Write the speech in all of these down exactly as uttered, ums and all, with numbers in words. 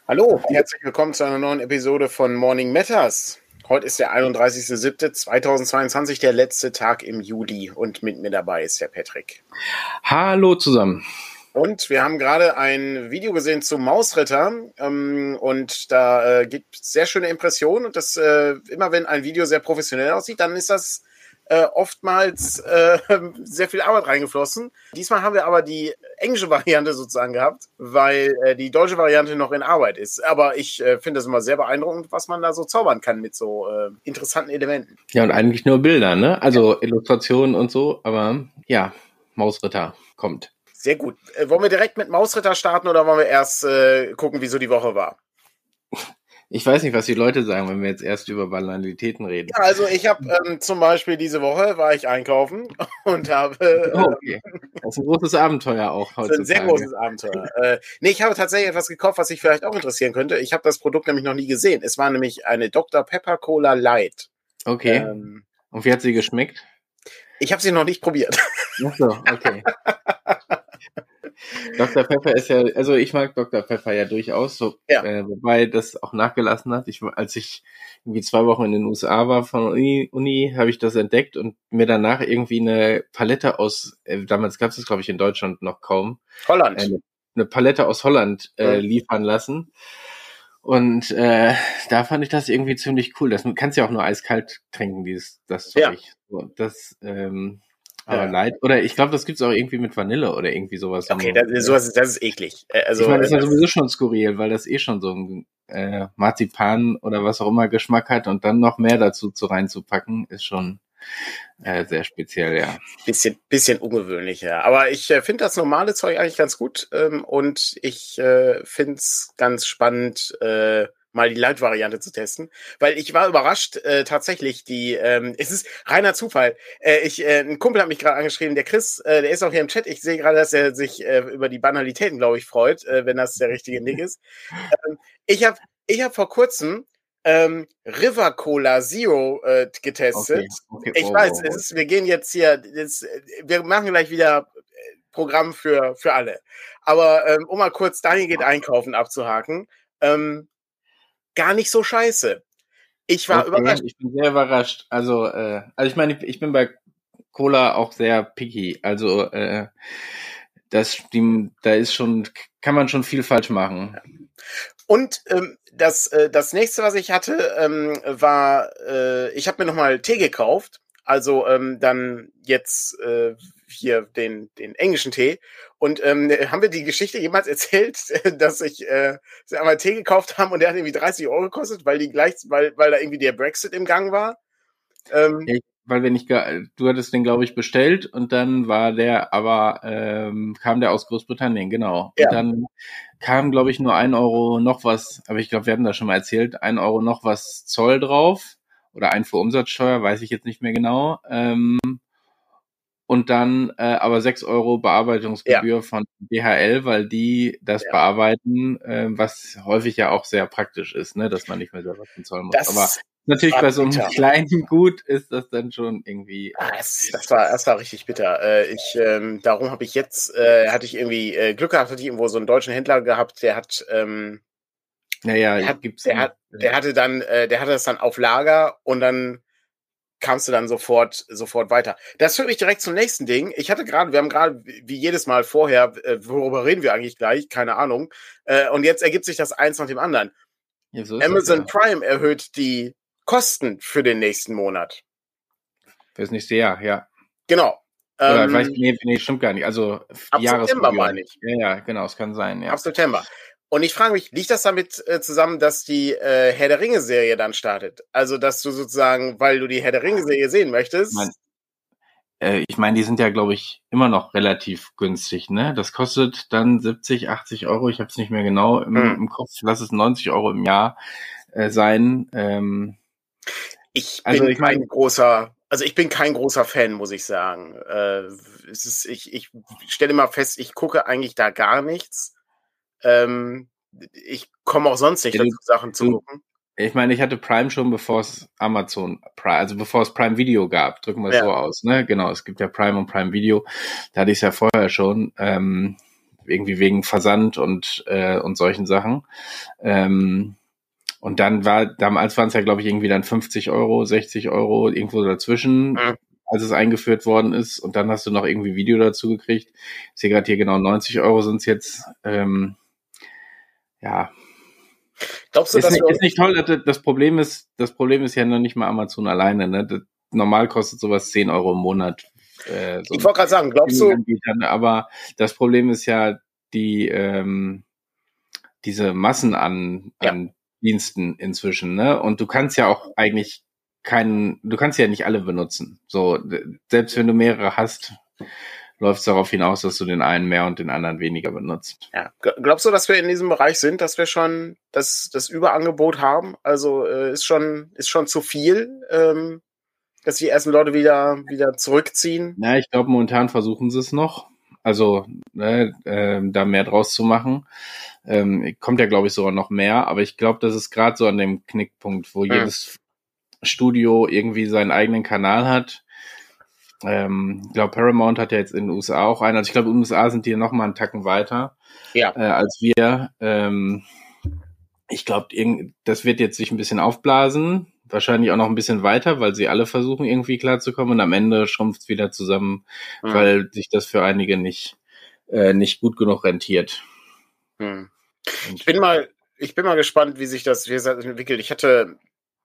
Hallo, herzlich willkommen zu einer neuen Episode von Morning Matters. Heute ist der einunddreißigster siebter zweitausendzweiundzwanzig, der letzte Tag im Juli, und mit mir dabei ist der Patrick. Hallo zusammen. Und wir haben gerade ein Video gesehen zum Mausritter ähm, und da äh, gibt es sehr schöne Impressionen und das äh, immer wenn ein Video sehr professionell aussieht, dann ist das äh, oftmals äh, sehr viel Arbeit reingeflossen. Diesmal haben wir aber die englische Variante sozusagen gehabt, weil äh, die deutsche Variante noch in Arbeit ist. Aber ich äh, finde das immer sehr beeindruckend, was man da so zaubern kann mit so äh, interessanten Elementen. Ja, und eigentlich nur Bilder, ne? Also ja. Illustrationen und so, aber ja, Mausritter kommt. Sehr gut. Äh, wollen wir direkt mit Mausritter starten oder wollen wir erst äh, gucken, wie so die Woche war? Ich weiß nicht, was die Leute sagen, wenn wir jetzt erst über Banalitäten reden. Ja, also ich habe ähm, zum Beispiel diese Woche war ich einkaufen und habe... Äh, oh, okay. Das ist ein großes Abenteuer auch heutzutage. Das ist ein sehr großes Abenteuer. äh, nee, ich habe tatsächlich etwas gekauft, was sich vielleicht auch interessieren könnte. Ich habe das Produkt nämlich noch nie gesehen. Es war nämlich eine Doktor Pepper Cola Light. Okay. Ähm, und wie hat sie geschmeckt? Ich habe sie noch nicht probiert. Ach so, okay. Doktor Pepper ist ja, also ich mag Doktor Pepper ja durchaus, so, ja. äh, wobei das auch nachgelassen hat. Ich, als ich irgendwie zwei Wochen in den U S A war von Uni, Uni habe ich das entdeckt und mir danach irgendwie eine Palette aus, äh, damals gab es das glaube ich in Deutschland noch kaum. Holland. Äh, eine Palette aus Holland äh, mhm. liefern lassen. Und äh, da fand ich das irgendwie ziemlich cool. Das kannst du ja auch nur eiskalt trinken, dieses das Zeug. Ja. So, das, ähm, aber ja. Leid. Oder ich glaube, das gibt's auch irgendwie mit Vanille oder irgendwie sowas. Okay, das, ja. sowas ist, das ist eklig. Also, ich meine, das ist ja sowieso schon skurril, weil das eh schon so ein äh, Marzipan oder was auch immer Geschmack hat und dann noch mehr dazu zu reinzupacken, ist schon äh, sehr speziell, ja. Bisschen, bisschen ungewöhnlich, ja. Aber ich äh, finde das normale Zeug eigentlich ganz gut ähm, und ich äh, finde es ganz spannend, äh, mal die Light-Variante zu testen, weil ich war überrascht, äh, tatsächlich, die, ähm, es ist reiner Zufall. Äh, ich, äh, ein Kumpel hat mich gerade angeschrieben, der Chris, äh, der ist auch hier im Chat, ich sehe gerade, dass er sich äh, über die Banalitäten, glaube ich, freut, äh, wenn das der richtige Nick ist. Ähm, ich habe ich hab vor kurzem ähm, River Cola Zero äh, getestet. Okay, okay. Ich oh, weiß, oh, oh. Es ist, wir gehen jetzt hier, das, wir machen gleich wieder Programm für, für alle. Aber ähm, um mal kurz Daniel geht einkaufen abzuhaken, ähm, gar nicht so scheiße. Ich war okay, überrascht. Ich bin sehr überrascht. Also, äh, also ich meine, ich, ich bin bei Cola auch sehr picky. Also, äh, das, die, da ist schon, kann man schon viel falsch machen. Und ähm, das, äh, das nächste, was ich hatte, ähm, war, äh, ich habe mir nochmal Tee gekauft. Also ähm, dann jetzt äh, hier den, den englischen Tee. Und ähm, haben wir die Geschichte jemals erzählt, dass ich äh, einmal Tee gekauft haben und der hat irgendwie dreißig Euro gekostet, weil die gleich, weil, weil da irgendwie der Brexit im Gang war? Ähm, ja, weil wir nicht, du hattest den, glaube ich, bestellt und dann war der, aber ähm, kam der aus Großbritannien, genau. Ja. Und dann kam, glaube ich, nur ein Euro noch was, aber ich glaube, wir hatten das schon mal erzählt, ein Euro noch was Zoll drauf oder Einfuhrumsatzsteuer, weiß ich jetzt nicht mehr genau. Ähm, und dann äh, aber sechs Euro Bearbeitungsgebühr ja. von D H L, weil die das ja. bearbeiten, äh, was häufig ja auch sehr praktisch ist, ne, dass man nicht mehr selber zahlen muss. Das aber natürlich bei so einem bitter. kleinen Gut ist das dann schon irgendwie. Ah, das, das war das war richtig bitter. Äh, ich ähm, darum habe ich jetzt äh, hatte ich irgendwie äh, Glück gehabt, hatte ich irgendwo so einen deutschen Händler gehabt, der hat ähm, naja, der, hat, gibt's der, hat, der hatte dann äh, der hatte das dann auf Lager und dann kamst du dann sofort sofort weiter. Das führt mich direkt zum nächsten Ding. Ich hatte gerade, wir haben gerade wie jedes Mal vorher, äh, worüber reden wir eigentlich gleich? Keine Ahnung. Äh, und jetzt ergibt sich das eins nach dem anderen. Ja, so Amazon das, ja. Prime erhöht die Kosten für den nächsten Monat. Fürs nächste Jahr, ja. Genau. Oder ähm, weiß, nee, nee, stimmt gar nicht. Also ab September meine ich. Ja, ja, genau, es kann sein. Ja. Ab September. Und ich frage mich, liegt das damit äh, zusammen, dass die äh, Herr der Ringe-Serie dann startet? Also, dass du sozusagen, weil du die Herr der Ringe-Serie sehen möchtest... Ich meine, äh, ich mein, die sind ja, glaube ich, immer noch relativ günstig, ne? Das kostet dann siebzig, achtzig Euro, ich habe es nicht mehr genau im, hm. im Kopf, lass es neunzig Euro im Jahr äh, sein. Ähm, ich bin also, ich mein, kein großer... Also ich bin kein großer Fan, muss ich sagen. Äh, es ist, ich, ich stelle immer fest, ich gucke eigentlich da gar nichts. Ähm, ich komme auch sonst nicht ja, dazu, Sachen zu du, gucken. Ich meine, ich hatte Prime schon, bevor es Amazon Prime, also bevor es Prime Video gab, drücken wir es ja. so aus, ne? Genau, es gibt ja Prime und Prime Video. Da hatte ich es ja vorher schon. Ähm, irgendwie wegen Versand und äh, und solchen Sachen. Ähm, und dann war, damals waren es ja, glaube ich, irgendwie dann fünfzig Euro, sechzig Euro, irgendwo dazwischen, Mhm. als es eingeführt worden ist. Und dann hast du noch irgendwie Video dazu gekriegt. Ich sehe gerade hier genau neunzig Euro sind es jetzt. Ähm, ja. Glaubst du, ist, dass nicht, wir ist nicht toll. Das, das Problem ist, das Problem ist ja noch nicht mal Amazon alleine. Ne? Das, normal kostet sowas zehn Euro im Monat. Äh, so ich wollte gerade sagen, glaubst du, Anbietern. Aber das Problem ist ja die ähm, diese Massen an, Ja. an Diensten inzwischen, ne? Und du kannst ja auch eigentlich keinen, du kannst ja nicht alle benutzen. So, d- selbst wenn du mehrere hast, läuft es darauf hinaus, dass du den einen mehr und den anderen weniger benutzt. ja, g- glaubst du, dass wir in diesem Bereich sind, dass wir schon das, das Überangebot haben? Also äh, ist schon ist schon zu viel, ähm, dass die ersten Leute wieder wieder zurückziehen? Na, ich glaube, momentan versuchen sie es noch. Also, ne, ähm, da mehr draus zu machen. Ähm, kommt ja, glaube ich, sogar noch mehr. Aber ich glaube, das ist gerade so an dem Knickpunkt, wo Hm. jedes Studio irgendwie seinen eigenen Kanal hat. Ähm, ich glaube, Paramount hat ja jetzt in den U S A auch einen. Also ich glaube, in den U S A sind die noch mal einen Tacken weiter Ja. äh, als wir. Ähm, ich glaube, das wird jetzt sich ein bisschen aufblasen. Wahrscheinlich auch noch ein bisschen weiter, weil sie alle versuchen, irgendwie klarzukommen. Und am Ende schrumpft es wieder zusammen, Hm. weil sich das für einige nicht, äh, nicht gut genug rentiert. Hm. Und Ich bin mal, ich bin mal gespannt, wie sich das, wie sich das entwickelt. Ich hatte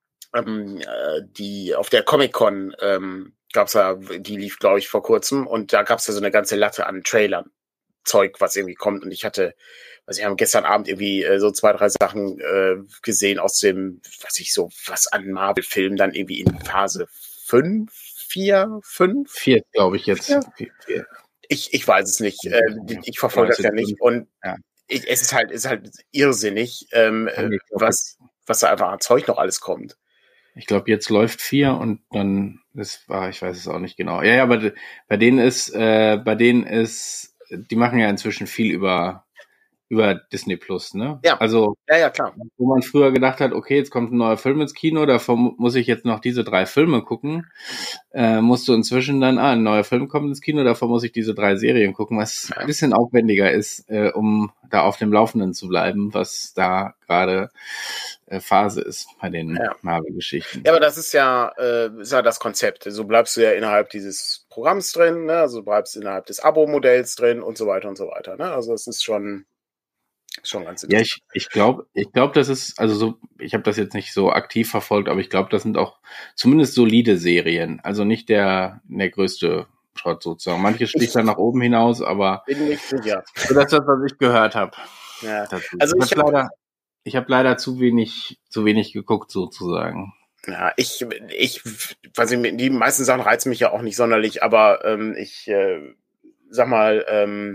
ähm, äh, die auf der Comic-Con ähm, gab's ja, die lief, glaube ich, vor kurzem, und da gab's ja so eine ganze Latte an Trailern, Zeug, was irgendwie kommt. Und ich hatte, also ich habe gestern Abend irgendwie äh, so zwei, drei Sachen äh, gesehen aus dem, was ich so, was an Marvel-Filmen dann irgendwie in Phase fünf, vier, fünf? vier, glaube ich, jetzt. Ja. Vier, vier. Ich, ich weiß es nicht. Äh, ich verfolge das ja nicht. Und Ja. ich, es ist halt, ist halt irrsinnig, ähm, Ja, ich glaub, was, was da einfach an Zeug noch alles kommt. Ich glaube, jetzt läuft vier und dann, das war, ich weiß es auch nicht genau. Ja, ja, aber d- bei denen ist, äh, bei denen ist, die machen ja inzwischen viel über, über Disney Plus, ne? Ja. Also, Ja, ja, klar. wo man früher gedacht hat, okay, jetzt kommt ein neuer Film ins Kino, davor mu- muss ich jetzt noch diese drei Filme gucken, äh, musst du inzwischen dann, ah, ein neuer Film kommt ins Kino, davor muss ich diese drei Serien gucken, was Ja. ein bisschen aufwendiger ist, äh, um da auf dem Laufenden zu bleiben, was da gerade äh, Phase ist bei den Ja. Marvel-Geschichten. Ja, aber das ist ja, äh, ist ja das Konzept. So bleibst du ja innerhalb dieses Programms drin, ne? Also du bleibst innerhalb des Abo-Modells drin und so weiter und so weiter. Ne? Also es ist schon, schon ganz Ja, interessant. ich, ich glaube, ich glaube, das ist, also so, ich habe das jetzt nicht so aktiv verfolgt, aber ich glaube, das sind auch zumindest solide Serien. Also nicht der, der größte Schrott sozusagen. Manches sticht dann nach oben hinaus, aber Bin nicht sicher. so das ist das, was ich gehört habe. Ja. dazu. Also ich ich habe hab- leider, ich habe leider zu wenig, zu wenig geguckt sozusagen. Ja, ich, ich, weiß nicht, die meisten Sachen reizen mich ja auch nicht sonderlich, aber ähm, ich äh, sag mal, ähm,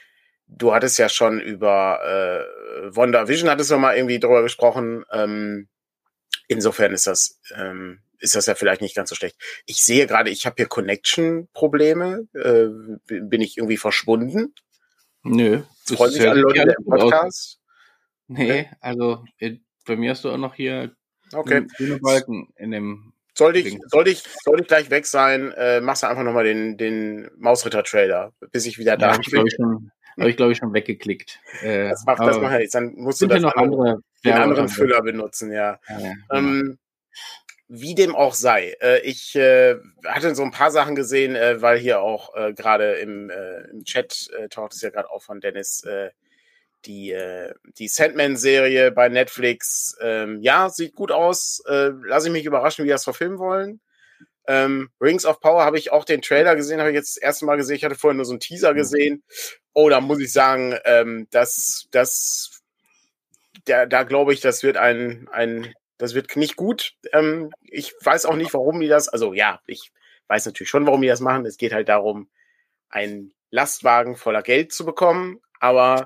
du hattest ja schon über äh, WandaVision, hattest du mal irgendwie drüber gesprochen. Ähm, insofern ist das, ähm, ist das ja vielleicht nicht ganz so schlecht. Ich sehe gerade, ich habe hier Connection-Probleme. Äh, bin ich irgendwie verschwunden? Nö. Jetzt freuen sich alle Leute im Podcast. Nee, also äh, bei mir hast du auch noch hier Okay. grüne Balken in dem. Sollte ich, sollte ich, sollte ich gleich weg sein, äh, machst du einfach nochmal den, den Mausritter-Trailer, bis ich wieder Ja, da habe ich, glaube ich, schon, hab ich, glaub ich, schon weggeklickt. Äh, Das macht, das aber macht ja nichts. Dann musst du sind ja das noch andere, andere den anderen Werbeunterbrechungen. Füller benutzen, ja. Ja, ja, genau. Ähm, wie dem auch sei. Äh, ich äh, hatte so ein paar Sachen gesehen, äh, weil hier auch äh, gerade im, äh, im Chat äh, taucht es ja gerade auf von Dennis, äh, die, äh, die Sandman-Serie bei Netflix. Ähm, ja, sieht gut aus. Äh, lass ich mich überraschen, wie die das verfilmen wollen. Ähm, Rings of Power habe ich auch den Trailer gesehen, habe ich jetzt das erste Mal gesehen. Ich hatte vorher nur so einen Teaser gesehen. Oh, da muss ich sagen, ähm, das, das, da, da glaube ich, das wird ein, ein, das wird nicht gut. Ähm, ich weiß auch nicht, warum die das, also ja, ich weiß natürlich schon, warum die das machen. Es geht halt darum, einen Lastwagen voller Geld zu bekommen, aber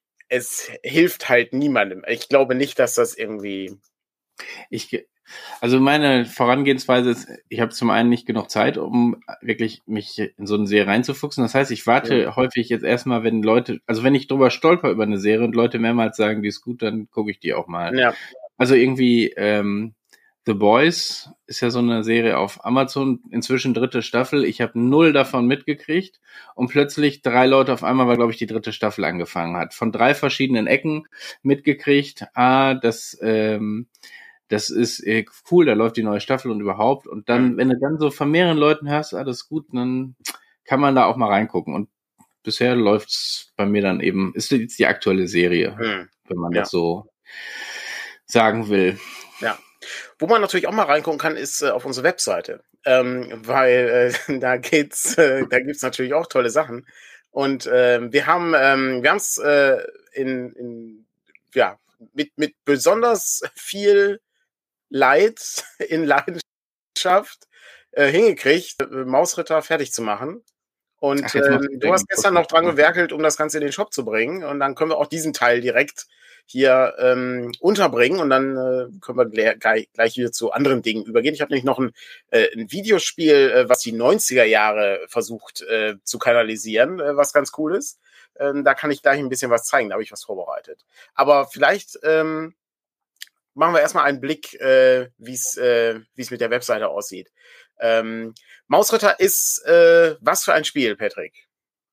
es hilft halt niemandem. Ich glaube nicht, dass das irgendwie. Ich, also meine Vorangehensweise ist, ich habe zum einen nicht genug Zeit, um wirklich mich in so eine Serie reinzufuchsen. Das heißt, ich warte Ja. häufig jetzt erstmal, wenn Leute, also wenn ich drüber stolper über eine Serie und Leute mehrmals sagen, die ist gut, dann gucke ich die auch mal. Ja. Also irgendwie, ähm, The Boys ist ja so eine Serie auf Amazon, inzwischen dritte Staffel. Ich habe null davon mitgekriegt und plötzlich drei Leute auf einmal, weil, glaube ich, die dritte Staffel angefangen hat. Von drei verschiedenen Ecken mitgekriegt, ah, das, ähm, das ist äh, cool, da läuft die neue Staffel und überhaupt. Und dann, wenn du dann so von mehreren Leuten hörst, ah, das ist gut, dann kann man da auch mal reingucken. Und bisher läuft's bei mir dann eben, ist jetzt die aktuelle Serie, hm. wenn man ja. das so sagen will. Ja. Wo man natürlich auch mal reingucken kann, ist äh, auf unsere Webseite, ähm, weil äh, da geht's, äh, da gibt's natürlich auch tolle Sachen. Und äh, wir haben, ähm, wir haben es äh, in, in, ja, mit mit besonders viel Leid in Leidenschaft äh, hingekriegt, äh, Mausritter fertig zu machen. Und Ach, ähm, du hast gestern noch dran gewerkelt, um das Ganze in den Shop zu bringen. Und dann können wir auch diesen Teil direkt hier ähm, unterbringen und dann äh, können wir gleich, gleich wieder zu anderen Dingen übergehen. Ich habe nämlich noch ein, äh, ein Videospiel, äh, was die neunziger Jahre versucht äh, zu kanalisieren, äh, was ganz cool ist. Ähm, da kann ich gleich ein bisschen was zeigen, da habe ich was vorbereitet. Aber vielleicht ähm, machen wir erstmal einen Blick, äh, wie es äh, wie es mit der Webseite aussieht. Ähm, Mausritter ist äh, was für ein Spiel, Patrick?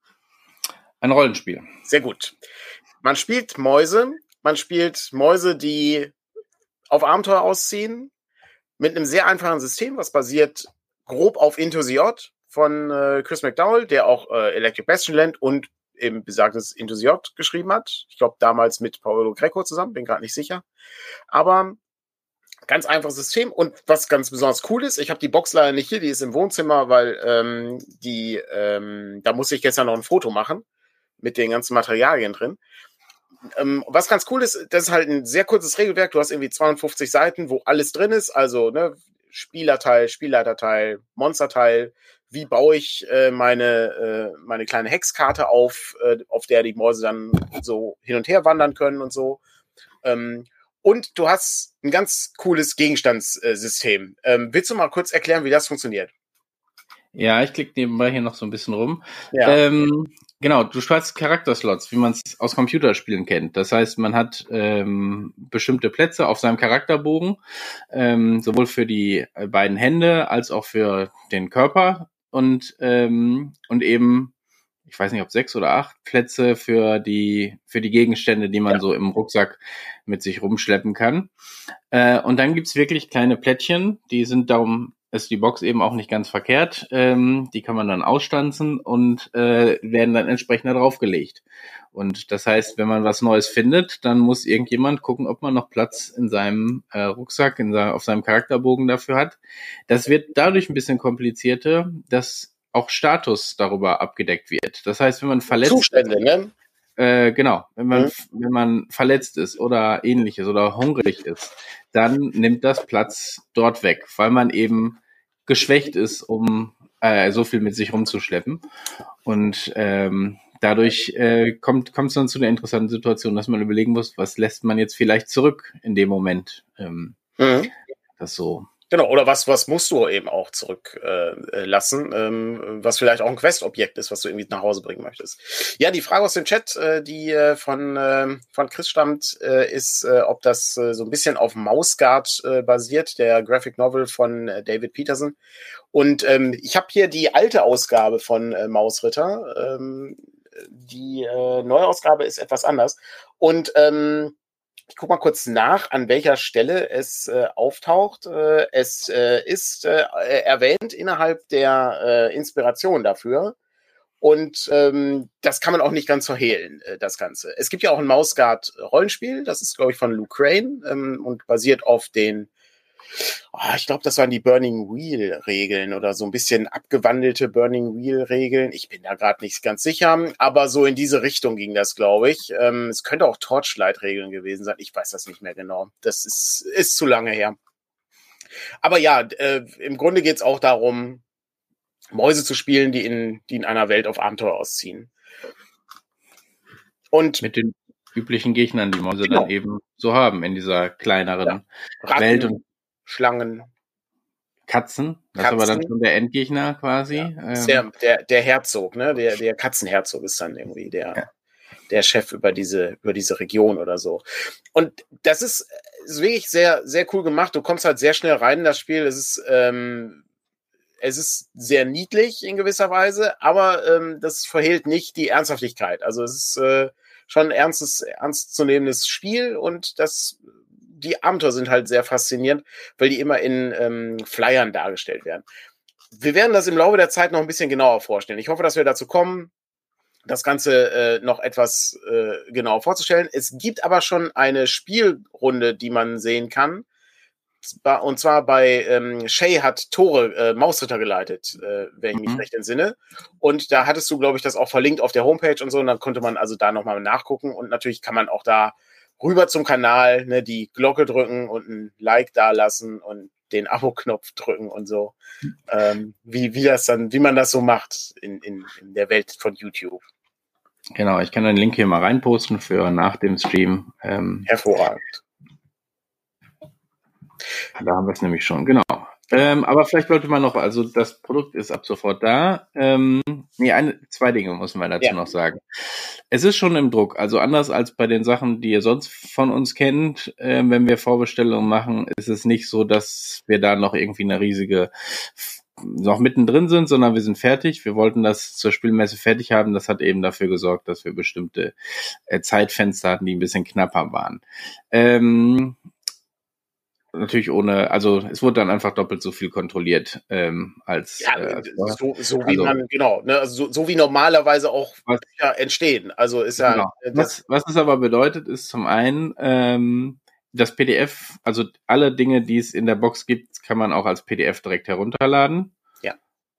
Ein Rollenspiel. Sehr gut. Man spielt Mäuse, man spielt Mäuse, die auf Abenteuer ausziehen, mit einem sehr einfachen System, was basiert grob auf Into the Odd von äh, Chris McDowell, der auch äh, Electric Bastion Land und eben besagtes Into the Odd geschrieben hat. Ich glaube, damals mit Paolo Greco zusammen, bin gerade nicht sicher. Aber ganz einfaches System und was ganz besonders cool ist, ich habe die Box leider nicht hier, die ist im Wohnzimmer, weil ähm, die ähm, da musste ich gestern noch ein Foto machen mit den ganzen Materialien drin. Ähm, was ganz cool ist, das ist halt ein sehr kurzes Regelwerk. Du hast irgendwie zweiundfünfzig Seiten, wo alles drin ist. Also ne, Spielerteil, Spielleiterteil, Monsterteil. Wie baue ich äh, meine äh, meine kleine Hexkarte auf, äh, auf der die Mäuse dann so hin und her wandern können und so. Ähm, und du hast ein ganz cooles Gegenstandssystem. Ähm, willst du mal kurz erklären, wie das funktioniert? Ja, ich klicke nebenbei hier noch so ein bisschen rum. Ja. Ähm, genau, du hast Charakterslots, wie man es aus Computerspielen kennt. Das heißt, man hat ähm, bestimmte Plätze auf seinem Charakterbogen, ähm, sowohl für die beiden Hände als auch für den Körper und ähm, und eben, ich weiß nicht, ob sechs oder acht Plätze für die für die Gegenstände, die man ja. so im Rucksack mit sich rumschleppen kann. Äh, und dann gibt's wirklich kleine Plättchen, die sind darum ist die Box eben auch nicht ganz verkehrt. Ähm, die kann man dann ausstanzen und äh, werden dann entsprechend da draufgelegt. Und das heißt, wenn man was Neues findet, dann muss irgendjemand gucken, ob man noch Platz in seinem äh, Rucksack, in sein, auf seinem Charakterbogen dafür hat. Das wird dadurch ein bisschen komplizierter, dass auch Status darüber abgedeckt wird. Das heißt, wenn man verletzt Zustände, ne? Äh, genau, wenn man mhm. wenn man verletzt ist oder ähnliches oder hungrig ist, dann nimmt das Platz dort weg, weil man eben geschwächt ist, um äh, so viel mit sich rumzuschleppen. Und ähm, dadurch äh, kommt kommt es dann zu der interessanten Situation, dass man überlegen muss, was lässt man jetzt vielleicht zurück in dem Moment. Ähm, mhm. Das so. Genau, oder was was musst du eben auch zurücklassen, äh, ähm, was vielleicht auch ein Quest-Objekt ist, was du irgendwie nach Hause bringen möchtest. Ja, die Frage aus dem Chat, äh, die äh, von äh, von Chris stammt, äh, ist, äh, ob das äh, so ein bisschen auf Mouseguard äh, basiert, der Graphic Novel von äh, David Peterson. Und ähm, ich habe hier die alte Ausgabe von äh, Mausritter. Ähm, die äh, neue Ausgabe ist etwas anders. Und ähm, ich guck mal kurz nach, an welcher Stelle es äh, auftaucht. Äh, es äh, ist äh, erwähnt innerhalb der äh, Inspiration dafür. Und ähm, das kann man auch nicht ganz verhehlen, äh, das Ganze. Es gibt ja auch ein Mouseguard-Rollenspiel, das ist, glaube ich, von Luke Crane ähm, und basiert auf den Oh, ich glaube, das waren die Burning Wheel-Regeln oder so ein bisschen abgewandelte Burning Wheel-Regeln. Ich bin da gerade nicht ganz sicher, aber so in diese Richtung ging das, glaube ich. Ähm, es könnte auch Torchlight-Regeln gewesen sein. Ich weiß das nicht mehr genau. Das ist, ist zu lange her. Aber ja, äh, im Grunde geht es auch darum, Mäuse zu spielen, die in, die in einer Welt auf Abenteuer ausziehen. Und mit den üblichen Gegnern, die Mäuse genau. dann eben so haben in dieser kleineren ja. Ratten, Welt und Schlangen. Katzen, das Katzen. ist aber dann schon der Endgegner quasi. Ja. Ähm. Der, der, der Herzog, ne? Der, der Katzenherzog ist dann irgendwie der. Ja. der Chef über diese, über diese Region oder so. Und das ist, ist wirklich sehr, sehr cool gemacht. Du kommst halt sehr schnell rein in das Spiel. Es ist, ähm, es ist sehr niedlich in gewisser Weise, aber ähm, das verhehlt nicht die Ernsthaftigkeit. Also es ist äh, schon ein ernstes, ernstzunehmendes Spiel und das, die Abenteuer sind halt sehr faszinierend, weil die immer in ähm, Flyern dargestellt werden. Wir werden das im Laufe der Zeit noch ein bisschen genauer vorstellen. Ich hoffe, dass wir dazu kommen, das Ganze äh, noch etwas äh, genauer vorzustellen. Es gibt aber schon eine Spielrunde, die man sehen kann. Und zwar bei ähm, Shay hat Tore, äh, Mausritter geleitet, äh, wenn ich mich mhm. recht entsinne. Und da hattest du, glaube ich, das auch verlinkt auf der Homepage und so. Und dann konnte man also da nochmal nachgucken. Und natürlich kann man auch da rüber zum Kanal, ne, die Glocke drücken und ein Like da lassen und den Abo-Knopf drücken und so. Ähm, wie, wie das dann, wie man das so macht in, in, in der Welt von YouTube. Genau, ich kann den Link hier mal reinposten für nach dem Stream. Ähm, Hervorragend. Da haben wir es nämlich schon, genau. Ähm, aber vielleicht wollte man noch, also das Produkt ist ab sofort da. Ähm, nee, eine, zwei Dinge muss man dazu ja. noch sagen. Es ist schon im Druck, also anders als bei den Sachen, die ihr sonst von uns kennt, äh, wenn wir Vorbestellungen machen, ist es nicht so, dass wir da noch irgendwie eine riesige noch mittendrin sind, sondern wir sind fertig. Wir wollten das zur Spielmesse fertig haben. Das hat eben dafür gesorgt, dass wir bestimmte äh, Zeitfenster hatten, die ein bisschen knapper waren. Ähm, Natürlich ohne, also es wurde dann einfach doppelt so viel kontrolliert ähm, als, ja, äh, als so, so wie also, man, genau, ne, also so, so wie normalerweise auch was, ja, entstehen. Also ist ja. Genau. Das, was es aber bedeutet, ist zum einen, ähm, das P D F, also alle Dinge, die es in der Box gibt, kann man auch als P D F direkt herunterladen. Ja.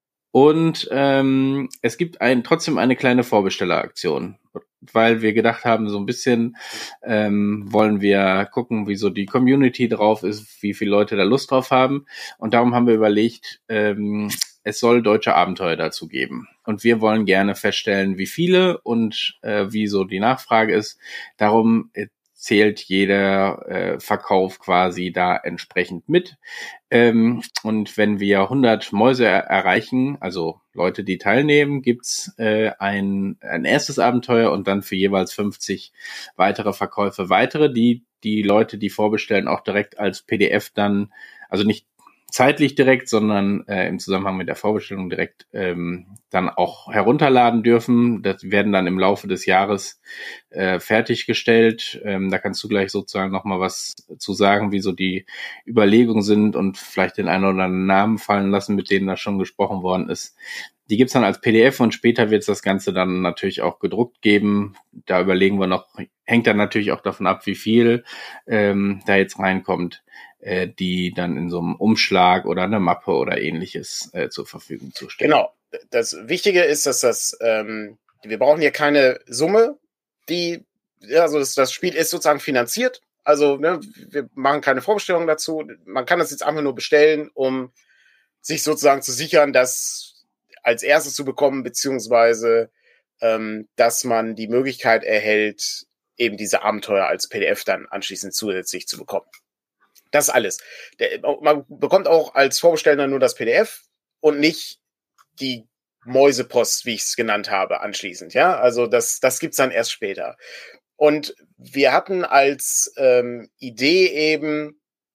Und ähm, es gibt ein, trotzdem eine kleine Vorbestelleraktion, weil wir gedacht haben, so ein bisschen ähm, wollen wir gucken, wie so die Community drauf ist, wie viele Leute da Lust drauf haben. Und darum haben wir überlegt, ähm, es soll deutsche Abenteuer dazu geben. Und wir wollen gerne feststellen, wie viele und äh, wie so die Nachfrage ist. Darum äh, zählt jeder äh, Verkauf quasi da entsprechend mit. Ähm, und wenn wir hundert Mäuse er- erreichen, also Leute, die teilnehmen, gibt's äh, ein, ein erstes Abenteuer und dann für jeweils fünfzig weitere Verkäufe weitere, die die Leute, die vorbestellen, auch direkt als P D F dann, also nicht zeitlich direkt, sondern äh, im Zusammenhang mit der Vorbestellung direkt ähm, dann auch herunterladen dürfen. Das werden dann im Laufe des Jahres äh, fertiggestellt. Ähm, da kannst du gleich sozusagen nochmal was zu sagen, wie so die Überlegungen sind und vielleicht den einen oder anderen Namen fallen lassen, mit denen da schon gesprochen worden ist. Die gibt's dann als P D F und später wird es das Ganze dann natürlich auch gedruckt geben. Da überlegen wir noch, hängt dann natürlich auch davon ab, wie viel ähm, da jetzt reinkommt, äh, die dann in so einem Umschlag oder eine Mappe oder ähnliches äh, zur Verfügung zu stellen. Genau. Das Wichtige ist, dass das, ähm, wir brauchen hier keine Summe, die, ja, also das, das Spiel ist sozusagen finanziert. Also, ne, wir machen keine Vorbestellung dazu. Man kann das jetzt einfach nur bestellen, um sich sozusagen zu sichern, dass als erstes zu bekommen, beziehungsweise ähm, dass man die Möglichkeit erhält, eben diese Abenteuer als P D F dann anschließend zusätzlich zu bekommen. Das ist alles. Der, man bekommt auch als Vorbesteller nur das P D F und nicht die Mäusepost, wie ich es genannt habe, anschließend. Ja, also das, das gibt's dann erst später. Und wir hatten als ähm, Idee eben,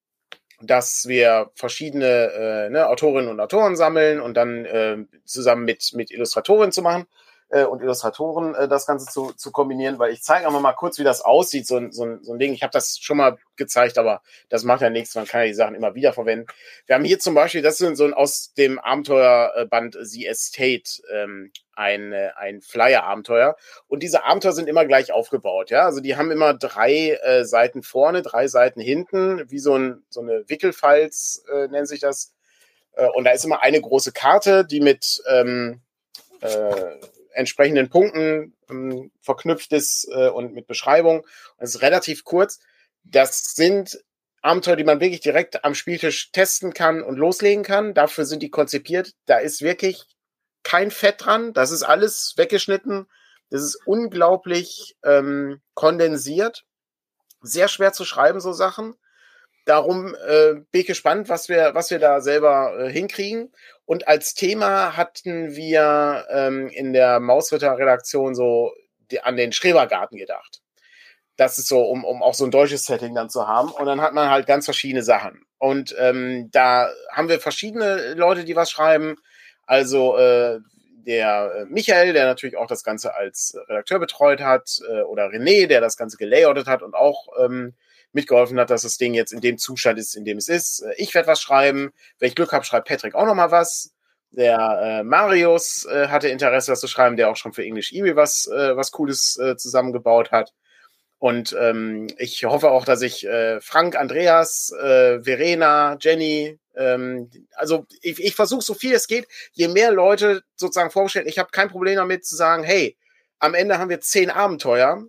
dass wir verschiedene äh, ne, Autorinnen und Autoren sammeln und dann äh, zusammen mit mit Illustratorinnen zu machen äh, und Illustratoren äh, das Ganze zu, zu kombinieren, weil ich zeige einfach mal kurz, wie das aussieht, so, so, so ein Ding. Ich habe das schon mal gezeigt, aber das macht ja nichts, man kann ja die Sachen immer wieder verwenden. Wir haben hier zum Beispiel, das ist so ein aus dem Abenteuerband The Estate, ähm, ein, ein Flyer-Abenteuer. Und diese Abenteuer sind immer gleich aufgebaut. Ja, also die haben immer drei äh, Seiten vorne, drei Seiten hinten, wie so, ein, so eine Wickelfalz äh, nennt sich das. Äh, und da ist immer eine große Karte, die mit ähm, äh, entsprechenden Punkten ähm, verknüpft ist äh, und mit Beschreibung. Und es ist relativ kurz. Das sind Abenteuer, die man wirklich direkt am Spieltisch testen kann und loslegen kann. Dafür sind die konzipiert. Da ist wirklich kein Fett dran. Das ist alles weggeschnitten. Das ist unglaublich ähm, kondensiert. Sehr schwer zu schreiben, so Sachen. Darum äh, bin ich gespannt, was wir, was wir da selber äh, hinkriegen. Und als Thema hatten wir ähm, in der Mausritter-Redaktion so die, an den Schrebergarten gedacht. Das ist so, um, um auch so ein deutsches Setting dann zu haben. Und dann hat man halt ganz verschiedene Sachen. Und ähm, da haben wir verschiedene Leute, die was schreiben. Also äh, der Michael, der natürlich auch das Ganze als Redakteur betreut hat, äh, oder René, der das Ganze gelayoutet hat und auch ähm, mitgeholfen hat, dass das Ding jetzt in dem Zustand ist, in dem es ist. Ich werde was schreiben. Wenn ich Glück habe, schreibt Patrick auch noch mal was. Der äh, Marius äh, hatte Interesse, das zu schreiben, der auch schon für English E-Mail was, äh, was Cooles äh, zusammengebaut hat. Und ähm, ich hoffe auch, dass ich äh, Frank, Andreas, äh, Verena, Jenny, ähm, also ich, ich versuche so viel es geht, je mehr Leute sozusagen vorstellen. Ich habe kein Problem damit zu sagen, hey, am Ende haben wir zehn Abenteuer.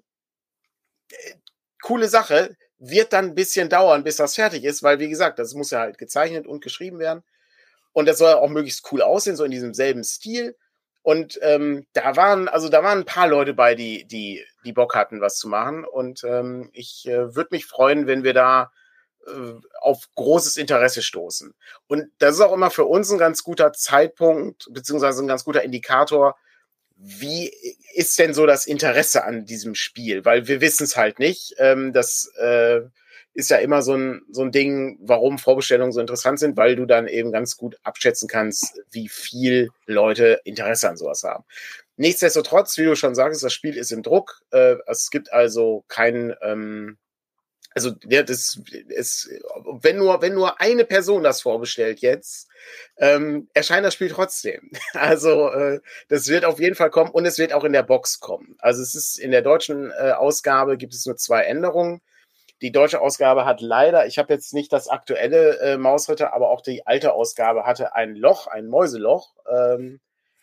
Äh, coole Sache, wird dann ein bisschen dauern, bis das fertig ist, weil wie gesagt, das muss ja halt gezeichnet und geschrieben werden. Und das soll auch möglichst cool aussehen, so in diesem selben Stil. Und ähm, da waren, also da waren ein paar Leute bei, die, die, die Bock hatten, was zu machen. Und ähm, ich äh, würde mich freuen, wenn wir da äh, auf großes Interesse stoßen. Und das ist auch immer für uns ein ganz guter Zeitpunkt, beziehungsweise ein ganz guter Indikator, wie ist denn so das Interesse an diesem Spiel? Weil wir wissen es halt nicht. Ähm, das äh, ist ja immer so ein, so ein Ding, warum Vorbestellungen so interessant sind, weil du dann eben ganz gut abschätzen kannst, wie viel Leute Interesse an sowas haben. Nichtsdestotrotz, wie du schon sagst, das Spiel ist im Druck. Äh, es gibt also kein, ähm, also ja, das ist, wenn nur, wenn nur eine Person das vorbestellt jetzt, ähm, erscheint das Spiel trotzdem. Also äh, das wird auf jeden Fall kommen und es wird auch in der Box kommen. Also es ist in der deutschen äh, Ausgabe gibt es nur zwei Änderungen. Die deutsche Ausgabe hat leider, ich habe jetzt nicht das aktuelle äh, Mausritter, aber auch die alte Ausgabe hatte ein Loch, ein Mäuseloch, ähm,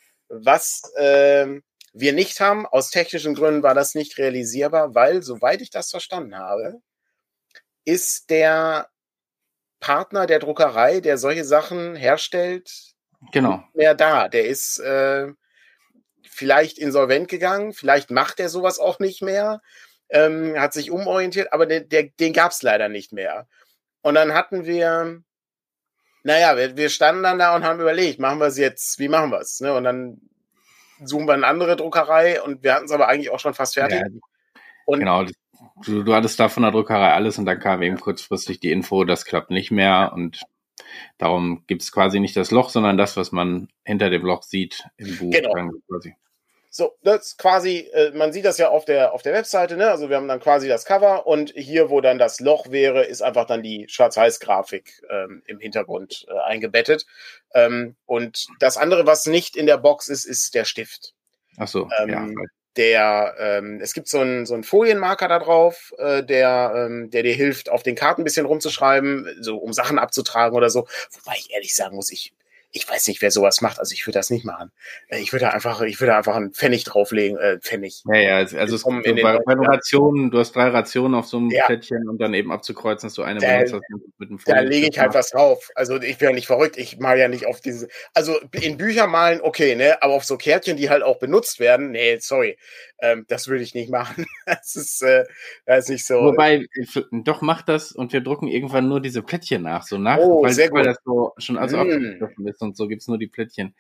was ähm, wir nicht haben. Aus technischen Gründen war das nicht realisierbar, weil, soweit ich das verstanden habe, ist der Partner der Druckerei, der solche Sachen herstellt, genau. nicht mehr da. Der ist äh, vielleicht insolvent gegangen, vielleicht macht er sowas auch nicht mehr. Ähm, hat sich umorientiert, aber der, der, den gab es leider nicht mehr. Und dann hatten wir, naja, wir, wir standen dann da und haben überlegt, machen wir es jetzt, wie machen wir es? Ne? Und dann suchen wir eine andere Druckerei und wir hatten es aber eigentlich auch schon fast fertig. Ja, und genau, du, du hattest da von der Druckerei alles und dann kam eben kurzfristig die Info, das klappt nicht mehr und darum gibt es quasi nicht das Loch, sondern das, was man hinter dem Loch sieht im Buch. Genau. Quasi. So, das ist quasi, äh, man sieht das ja auf der auf der Webseite, ne? Also wir haben dann quasi das Cover und hier, wo dann das Loch wäre, ist einfach dann die Schwarz-Weiß-Grafik ähm, im Hintergrund äh, eingebettet. Ähm, und das andere, was nicht in der Box ist, ist der Stift. Ach so, ähm, ja. Der, ähm, es gibt so einen so einen Folienmarker da drauf, äh, der, ähm, der dir hilft, auf den Karten ein bisschen rumzuschreiben, so um Sachen abzutragen oder so. Wobei ich ehrlich sagen muss, ich Ich weiß nicht, wer sowas macht. Also ich würde das nicht machen. Ich würde einfach, ich würde einfach einen Pfennig drauflegen. Äh, Pfennig. Ja, ja. Also es, um so bei, bei Rationen, du hast drei Rationen auf so einem ja. Plättchen und dann eben abzukreuzen, dass du eine da, benutzt hast mit dem Da lege ich halt was drauf. Also ich bin ja nicht verrückt. Ich mal ja nicht auf diese. Also in Bücher malen, okay, ne, aber auf so Kärtchen, die halt auch benutzt werden, nee, sorry, ähm, das würde ich nicht machen. Das ist, äh, das ist nicht so. Wobei, doch macht das und wir drucken irgendwann nur diese Plättchen nach, so nach, oh, weil, sehr gut. weil das so schon alles mm. aufgegriffen ist und so gibt's nur die Plättchen.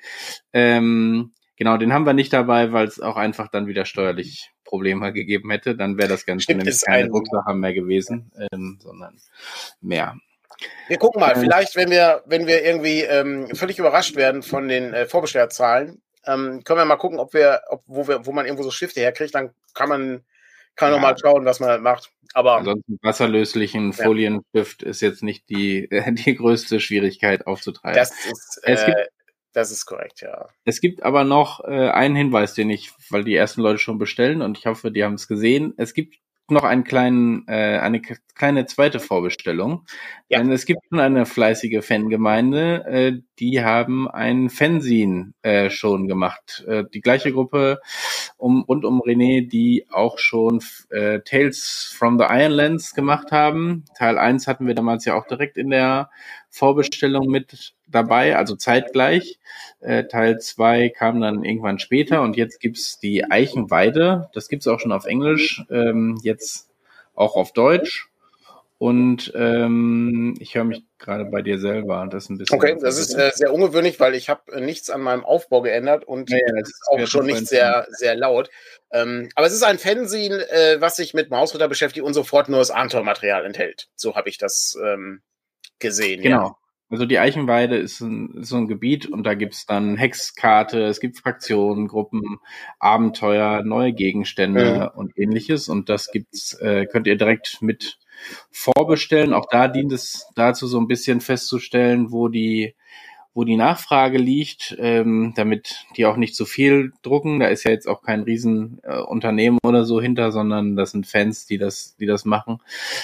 Ähm, genau, den haben wir nicht dabei, weil es auch einfach dann wieder steuerlich Probleme gegeben hätte. Dann wäre das Ganze Stimmt, nämlich keine Drucksache mehr gewesen, ähm, sondern mehr. Wir gucken mal, vielleicht, wenn wir, wenn wir irgendwie ähm, völlig überrascht werden von den äh, Vorbestellerzahlen, ähm, können wir mal gucken, ob wir, ob, wo wir, wo man irgendwo so Stifte herkriegt, dann kann man, kann man ja. noch mal schauen, was man halt macht. Aber ansonsten wasserlöslichen Folienstift ja. ist jetzt nicht die, äh, die größte Schwierigkeit aufzutreiben. Das ist, es gibt, äh, das ist korrekt, ja. Es gibt aber noch äh, einen Hinweis, den ich, weil die ersten Leute schon bestellen und ich hoffe, die haben es gesehen. Es gibt noch einen kleinen, äh, eine k- kleine zweite Vorbestellung. Ja. Denn es gibt schon eine fleißige Fangemeinde, äh, die haben ein Fanzine äh, schon gemacht. Äh, die gleiche Gruppe um, rund um René, die auch schon äh, Tales from the Ironlands gemacht haben. Teil eins hatten wir damals ja auch direkt in der Vorbestellung mit dabei, also zeitgleich. Äh, Teil zwei kam dann irgendwann später und jetzt gibt's die Eichenweide. Das gibt's auch schon auf Englisch, ähm, jetzt auch auf Deutsch. Und ähm, ich höre mich gerade bei dir selber. Das ist ein bisschen. Okay, das ist äh, sehr ungewöhnlich, weil ich habe äh, nichts an meinem Aufbau geändert und ja, ja, das ist auch schon nicht sehr, sehr laut. Ähm, aber es ist ein Fanzine, äh, was sich mit Mausritter beschäftigt und sofort nur das Abenteuermaterial enthält. So habe ich das ähm, gesehen. Genau. Ja. Also die Eichenweide ist, ein, ist so ein Gebiet und da gibt's dann Hexkarte, es gibt Fraktionen, Gruppen, Abenteuer, neue Gegenstände Mhm. und ähnliches. Und das gibt's, äh, könnt ihr direkt mit vorbestellen. Auch da dient es dazu, so ein bisschen festzustellen, wo die wo die Nachfrage liegt, ähm, damit die auch nicht zu viel drucken. Da ist ja jetzt auch kein Riesenunternehmen äh, oder so hinter, sondern das sind Fans, die das, die das machen.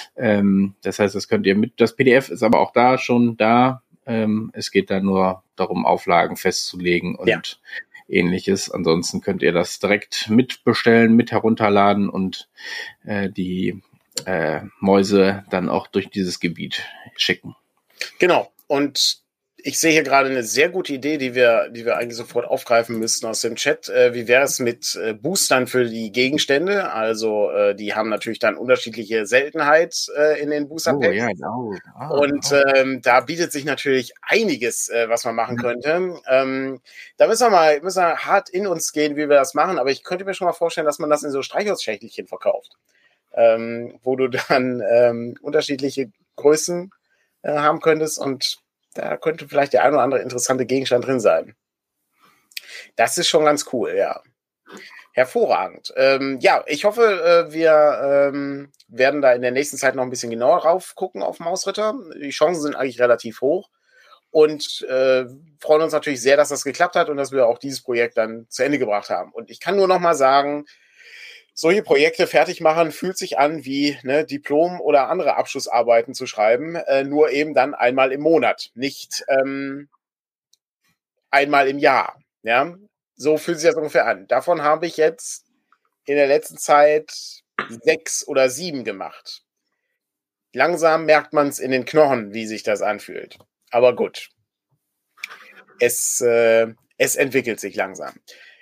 Ähm, das heißt, das könnt ihr mit. Das P D F ist aber auch da schon da. Ähm, es geht da nur darum, Auflagen festzulegen und ja. Ähnliches. Ansonsten könnt ihr das direkt mitbestellen, mit herunterladen und äh, die äh, Mäuse dann auch durch dieses Gebiet schicken. Genau. Und ich sehe hier gerade eine sehr gute Idee, die wir, die wir eigentlich sofort aufgreifen müssten aus dem Chat. Äh, wie wäre es mit äh, Boostern für die Gegenstände? Also äh, die haben natürlich dann unterschiedliche Seltenheit äh, in den Booster Packs. Oh, ja, genau. Ah, und ähm, da bietet sich natürlich einiges, äh, was man machen könnte. Ähm, da müssen wir mal müssen wir hart in uns gehen, wie wir das machen. Aber ich könnte mir schon mal vorstellen, dass man das in so Streichholzschächtelchen verkauft, ähm, wo du dann ähm, unterschiedliche Größen äh, haben könntest und da könnte vielleicht der ein oder andere interessante Gegenstand drin sein. Das ist schon ganz cool, ja. Hervorragend. Ähm, ja, ich hoffe, äh, wir ähm, werden da in der nächsten Zeit noch ein bisschen genauer rauf gucken auf Mausritter. Die Chancen sind eigentlich relativ hoch und äh, freuen uns natürlich sehr, dass das geklappt hat und dass wir auch dieses Projekt dann zu Ende gebracht haben. Und ich kann nur noch mal sagen, solche Projekte fertig machen fühlt sich an wie ne, Diplom oder andere Abschlussarbeiten zu schreiben, äh, nur eben dann einmal im Monat, nicht ähm, einmal im Jahr. Ja, so fühlt sich das ungefähr an. Davon habe ich jetzt in der letzten Zeit sechs oder sieben gemacht. Langsam merkt man es in den Knochen, wie sich das anfühlt. Aber gut, es, äh, es entwickelt sich langsam.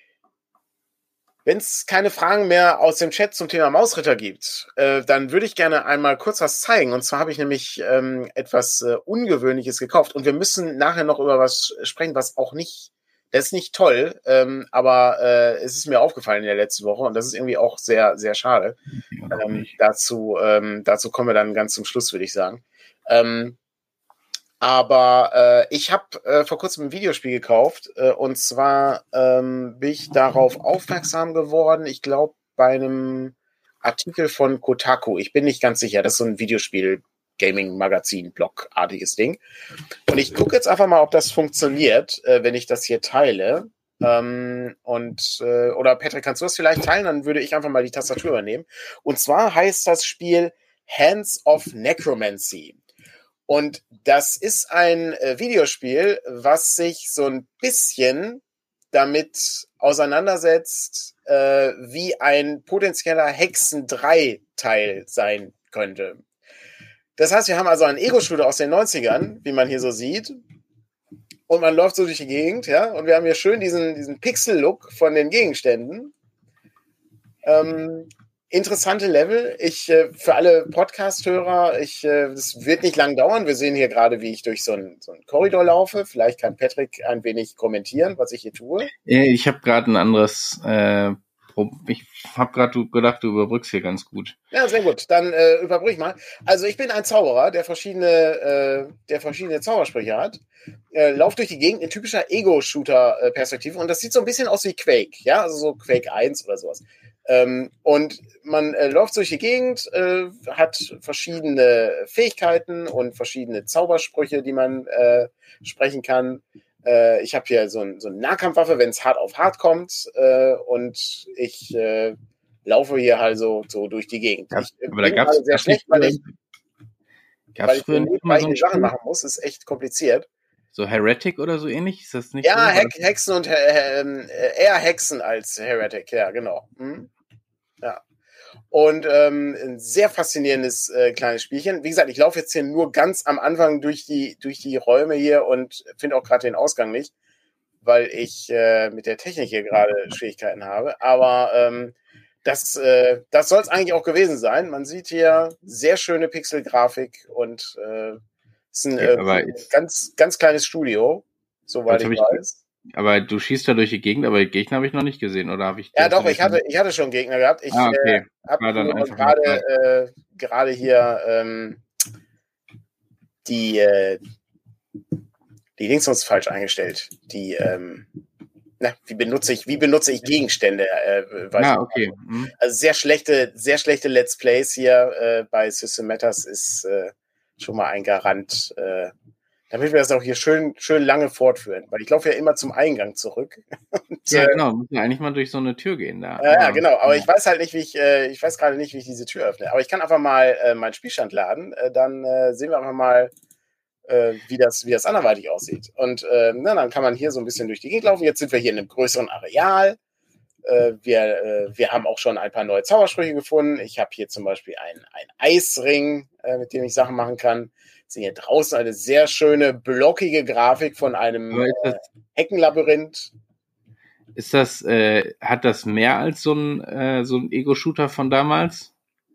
Wenn es keine Fragen mehr aus dem Chat zum Thema Mausritter gibt, äh, dann würde ich gerne einmal kurz was zeigen. Und zwar habe ich nämlich ähm, etwas äh, Ungewöhnliches gekauft. Und wir müssen nachher noch über was sprechen, was auch nicht, das ist nicht toll, ähm, aber äh, es ist mir aufgefallen in der letzten Woche und das ist irgendwie auch sehr, sehr schade. Ähm, dazu, ähm, dazu kommen wir dann ganz zum Schluss, würde ich sagen. Ähm, Aber äh, ich habe äh, vor kurzem ein Videospiel gekauft äh, und zwar ähm, bin ich darauf aufmerksam geworden, ich glaube bei einem Artikel von Kotaku. Ich bin nicht ganz sicher, das ist so ein Videospiel Gaming-Magazin-Blog-artiges Ding. Und ich gucke jetzt einfach mal, ob das funktioniert, äh, wenn ich das hier teile. Ähm, und äh, oder Patrick, kannst du das vielleicht teilen? Dann würde ich einfach mal die Tastatur übernehmen. Und zwar heißt das Spiel Hands of Necromancy. Und das ist ein äh, Videospiel, was sich so ein bisschen damit auseinandersetzt, äh, wie ein potenzieller Hexen drei Teil sein könnte. Das heißt, wir haben also einen Ego-Shooter aus den neunzigern, wie man hier so sieht. Und man läuft so durch die Gegend, ja. Und wir haben hier schön diesen, diesen Pixel-Look von den Gegenständen. Ähm, Interessante Level. Ich äh, für alle Podcast-Hörer, ich, äh, das wird nicht lang dauern. Wir sehen hier gerade, wie ich durch so einen so einen Korridor laufe. Vielleicht kann Patrick ein wenig kommentieren, was ich hier tue. Ich habe gerade ein anderes. Äh, ich habe gerade gedacht, du überbrückst hier ganz gut. Ja, sehr gut. Dann äh, überbrück ich mal. Also ich bin ein Zauberer, der verschiedene, äh, der verschiedene Zaubersprüche hat. Äh, lauf durch die Gegend in typischer Ego-Shooter-Perspektive und das sieht so ein bisschen aus wie Quake, ja, also so Quake eins oder sowas. Ähm, und man äh, läuft durch die Gegend, äh, hat verschiedene Fähigkeiten und verschiedene Zaubersprüche, die man äh, sprechen kann. Äh, ich habe hier so, ein, so eine Nahkampfwaffe, wenn es hart auf hart kommt. Äh, und ich äh, laufe hier halt so, so durch die Gegend. Ja, ich aber da bin gab's, gerade sehr schlecht, weil ich, weil ich früher nicht mal so ein Sachen Spiel? machen muss. Ist echt kompliziert. So Heretic oder so ähnlich? Ist das nicht ja, so? Hex, Hexen und äh, äh, eher Hexen als Heretic, ja, genau. Hm? Ja. Und ähm, ein sehr faszinierendes äh, kleines Spielchen. Wie gesagt, ich laufe jetzt hier nur ganz am Anfang durch die, durch die Räume hier und finde auch gerade den Ausgang nicht, weil ich äh, mit der Technik hier gerade Schwierigkeiten habe. Aber ähm, das, äh, das soll es eigentlich auch gewesen sein. Man sieht hier sehr schöne Pixelgrafik und äh, ist ein ja, äh, ist, ganz, ganz kleines Studio, soweit ich, ich weiß. Aber du schießt da durch die Gegend, aber die Gegner habe ich noch nicht gesehen, oder habe ich? Ja, doch, ich hatte, ich hatte schon Gegner gehabt. Ich ah, okay. äh, habe nur gerade äh, gerade hier ähm, die äh, die Dingsons falsch eingestellt. Die ähm, na, wie benutze ich, wie benutze ich Gegenstände? Äh, weiß ah, ich okay. Hm. Also sehr schlechte, sehr schlechte Let's Plays hier äh, bei System Matters ist äh, schon mal ein Garant, äh, damit wir das auch hier schön, schön lange fortführen. Weil ich laufe ja immer zum Eingang zurück. Und, ja, genau. Muss ja eigentlich mal durch so eine Tür gehen da. Ja, ja, genau. Aber ja. ich weiß halt nicht, wie ich, äh, ich weiß gerade nicht, wie ich diese Tür öffne. Aber ich kann einfach mal äh, meinen Spielstand laden. Äh, dann äh, sehen wir einfach mal, äh, wie das, wie das anderweitig aussieht. Und äh, na, dann kann man hier so ein bisschen durch die Gegend laufen. Jetzt sind wir hier in einem größeren Areal. Äh, wir, äh, wir haben auch schon ein paar neue Zaubersprüche gefunden. Ich habe hier zum Beispiel einen, einen Eisring, äh, mit dem ich Sachen machen kann. Wir sehen hier draußen eine sehr schöne, blockige Grafik von einem äh, Heckenlabyrinth. Ist das, äh, hat das mehr als so ein, äh, so ein Ego-Shooter von damals?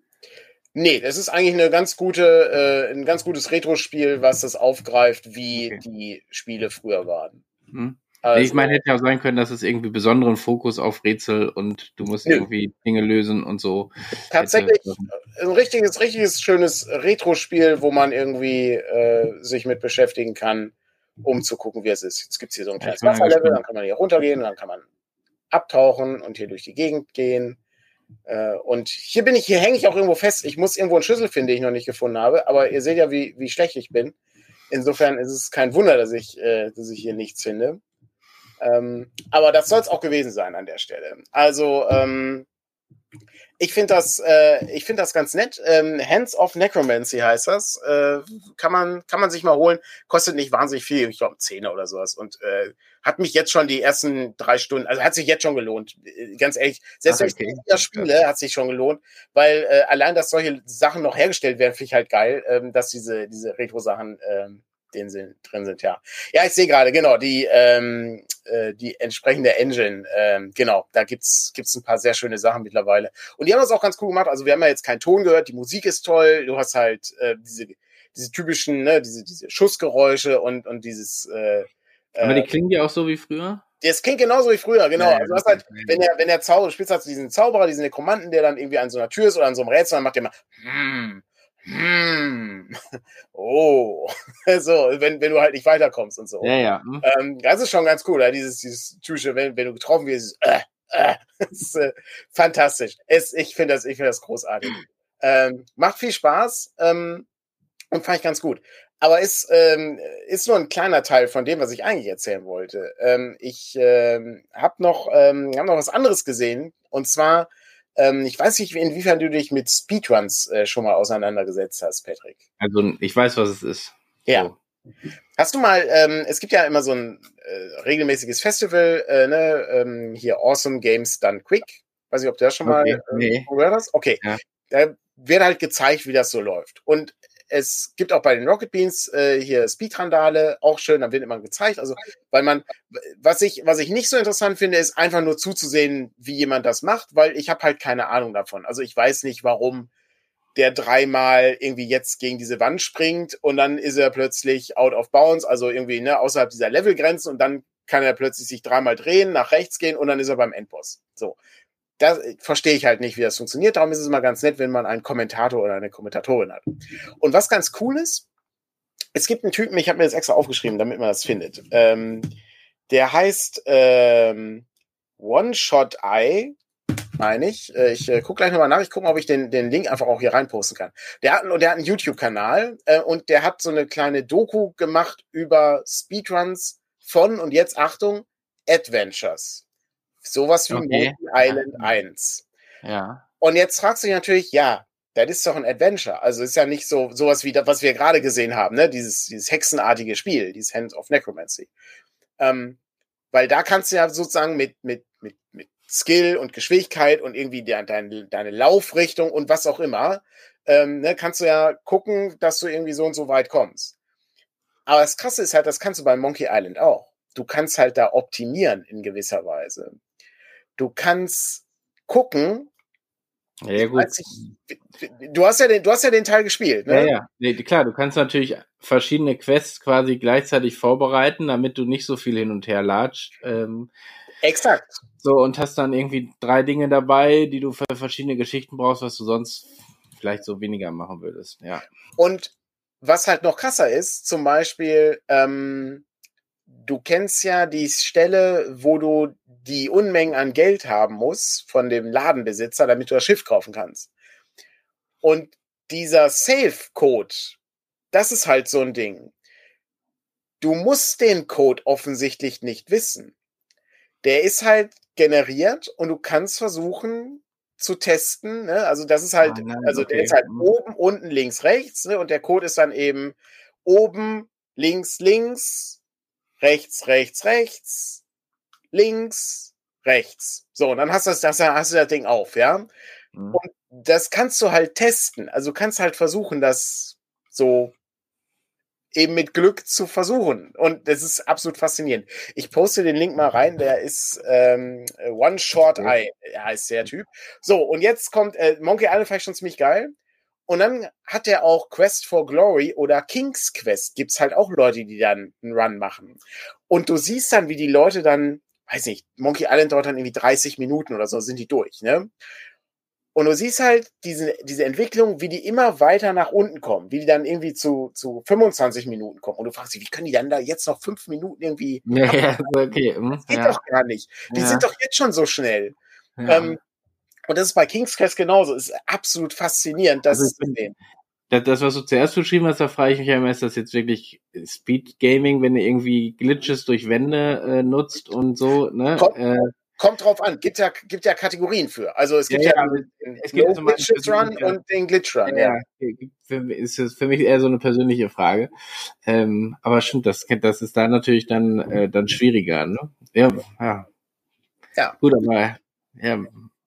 Nee, das ist eigentlich eine ganz gute, äh, ein ganz gutes Retro-Spiel, was das aufgreift, wie okay. die Spiele früher waren. Hm. Also, ich meine, hätte ja sein können, dass es irgendwie besonderen Fokus auf Rätsel und du musst nö. irgendwie Dinge lösen und so. Tatsächlich hätte. ein richtiges, richtiges schönes Retro-Spiel, wo man irgendwie äh, sich mit beschäftigen kann, um zu gucken, wie es ist. Jetzt gibt es hier so ein kleines Wasserlevel, dann kann man hier runtergehen, dann kann man abtauchen und hier durch die Gegend gehen. Äh, und hier bin ich, hier hänge ich auch irgendwo fest. Ich muss irgendwo einen Schlüssel finden, den ich noch nicht gefunden habe, aber ihr seht ja, wie, wie schlecht ich bin. Insofern ist es kein Wunder, dass ich, äh, dass ich hier nichts finde. Ähm, aber das soll es auch gewesen sein an der Stelle. Also, ähm, ich finde das, äh, ich finde das ganz nett. Ähm, Hands of Necromancy heißt das. Äh, kann man, kann man sich mal holen. Kostet nicht wahnsinnig viel. Ich glaube, Zehner oder sowas. Und äh, hat mich jetzt schon die ersten drei Stunden, also hat sich jetzt schon gelohnt. Ganz ehrlich, selbst wenn ich das spiele, hat sich schon gelohnt, weil äh, allein, dass solche Sachen noch hergestellt werden, finde ich halt geil, ähm, dass diese, diese Retro-Sachen ähm, den sind, drin sind, ja. Ja, ich sehe gerade, genau, die, ähm, äh, die entsprechende Engine, ähm, genau, da gibt's, gibt's ein paar sehr schöne Sachen mittlerweile. Und die haben das auch ganz cool gemacht, also wir haben ja jetzt keinen Ton gehört, die Musik ist toll, du hast halt äh, diese, diese typischen, ne, diese, diese Schussgeräusche und, und dieses, äh, aber die klingen ja auch so wie früher? Das klingt genauso wie früher, genau. Ja, also das halt, wenn der, wenn der Zauberer, du spielst halt diesen Zauberer, diesen Nekromanten, der dann irgendwie an so einer Tür ist oder an so einem Rätsel, dann macht der immer, hm, hm, oh, so, wenn, wenn du halt nicht weiterkommst und so. Ja, ja. Hm. Ähm, das ist schon ganz cool, ja, dieses, dieses typische, wenn, wenn du getroffen wirst, äh, äh, das ist äh, fantastisch. Es, ich finde das, ich finde das großartig. Ähm, macht viel Spaß, ähm, und fand ich ganz gut. Aber ist, ähm, ist nur ein kleiner Teil von dem, was ich eigentlich erzählen wollte. Ähm, ich ähm, habe noch, ähm, hab noch was anderes gesehen. Und zwar, ähm, ich weiß nicht, inwiefern du dich mit Speedruns äh, schon mal auseinandergesetzt hast, Patrick. Also ich weiß, was es ist. Ja. So. Hast du mal, ähm, es gibt ja immer so ein äh, regelmäßiges Festival, äh, ne, ähm, hier Awesome Games Done Quick. Weiß nicht, ob du das schon okay. mal äh, nee. gehört hast. Okay. Ja. Da wird halt gezeigt, wie das so läuft. Und es gibt auch bei den Rocket Beans äh, hier Speedrandale, auch schön, dann wird immer gezeigt. Also, weil man, was ich, was ich nicht so interessant finde, ist einfach nur zuzusehen, wie jemand das macht, weil ich habe halt keine Ahnung davon. Also ich weiß nicht, warum der dreimal irgendwie jetzt gegen diese Wand springt und dann ist er plötzlich out of bounds, also irgendwie ne, außerhalb dieser Levelgrenzen und dann kann er plötzlich sich dreimal drehen, nach rechts gehen und dann ist er beim Endboss. So. Das verstehe ich halt nicht, wie das funktioniert. Darum ist es mal ganz nett, wenn man einen Kommentator oder eine Kommentatorin hat. Und was ganz cool ist, es gibt einen Typen, ich habe mir das extra aufgeschrieben, damit man das findet. Ähm, der heißt ähm, One Shot Eye, meine ich. Äh, ich äh, gucke gleich nochmal nach. Ich gucke mal, ob ich den, den Link einfach auch hier reinposten kann. Der hat, der hat einen YouTube-Kanal äh, und der hat so eine kleine Doku gemacht über Speedruns von, und jetzt Achtung, Adventures. Sowas wie okay. Monkey Island ja. eins. Ja. Und jetzt fragst du dich natürlich, ja, das ist doch ein Adventure. Also ist ja nicht so sowas wie das, was wir gerade gesehen haben, ne? Dieses, dieses hexenartige Spiel, dieses Hands of Necromancy. Ähm, weil da kannst du ja sozusagen mit, mit, mit, mit Skill und Geschwindigkeit und irgendwie de, deine, deine Laufrichtung und was auch immer, ähm, ne, kannst du ja gucken, dass du irgendwie so und so weit kommst. Aber das Krasse ist halt, das kannst du bei Monkey Island auch. Du kannst halt da optimieren in gewisser Weise. Du kannst gucken, Ja, ja, gut. Nicht, du hast ja den, du hast ja den Teil gespielt, ne? Ja, ja. Nee, klar, du kannst natürlich verschiedene Quests quasi gleichzeitig vorbereiten, damit du nicht so viel hin und her latscht. Ähm, Exakt. So, und hast dann irgendwie drei Dinge dabei, die du für verschiedene Geschichten brauchst, was du sonst vielleicht so weniger machen würdest, ja. Und was halt noch krasser ist, zum Beispiel, ähm, du kennst ja die Stelle, wo du die Unmengen an Geld haben musst von dem Ladenbesitzer, damit du das Schiff kaufen kannst. Und dieser Safe-Code, das ist halt so ein Ding. Du musst den Code offensichtlich nicht wissen. Der ist halt generiert und du kannst versuchen zu testen, ne? Also das ist halt, ah, nein, also okay. der ist halt oben, unten, links, rechts, ne? Und der Code ist dann eben oben, links, links, rechts, rechts, rechts, links, rechts. So, und dann hast du das, das hast du das Ding auf, ja? Mhm. Und das kannst du halt testen. Also du kannst halt versuchen, das so eben mit Glück zu versuchen. Und das ist absolut faszinierend. Ich poste den Link mal rein, der ist ähm, One Short Eye, ja, ist der Typ. So, und jetzt kommt äh, Monkey Island, vielleicht schon ziemlich geil. Und dann hat er auch Quest for Glory oder King's Quest. Gibt's halt auch Leute, die dann einen Run machen. Und du siehst dann, wie die Leute dann, weiß nicht, Monkey Island dauert dann irgendwie dreißig Minuten oder so, sind die durch, ne? Und du siehst halt diese, diese Entwicklung, wie die immer weiter nach unten kommen, wie die dann irgendwie zu, zu fünfundzwanzig Minuten kommen. Und du fragst dich, wie können die dann da jetzt noch fünf Minuten irgendwie... Ja, ja, okay. Das geht ja. doch gar nicht. Die ja. sind doch jetzt schon so schnell. Ja. Ähm, und das ist bei King's Quest genauso. Es ist absolut faszinierend, das also zu sehen. Das, das, was du zuerst beschrieben hast, da frage ich mich ja immer, ist das jetzt wirklich Speed Gaming, wenn du irgendwie Glitches durch Wände äh, nutzt und so, ne? Kommt, äh, kommt drauf an, gibt ja, gibt ja Kategorien für. Also es gibt ja, ja, ja den, es gibt no Glitches Run und den Glitch Run. Ja, ja. Für, ist es für mich eher so eine persönliche Frage. Ähm, aber stimmt, das, das ist da natürlich dann, äh, dann schwieriger, ne? Ja, ja. ja. Gut, aber ja.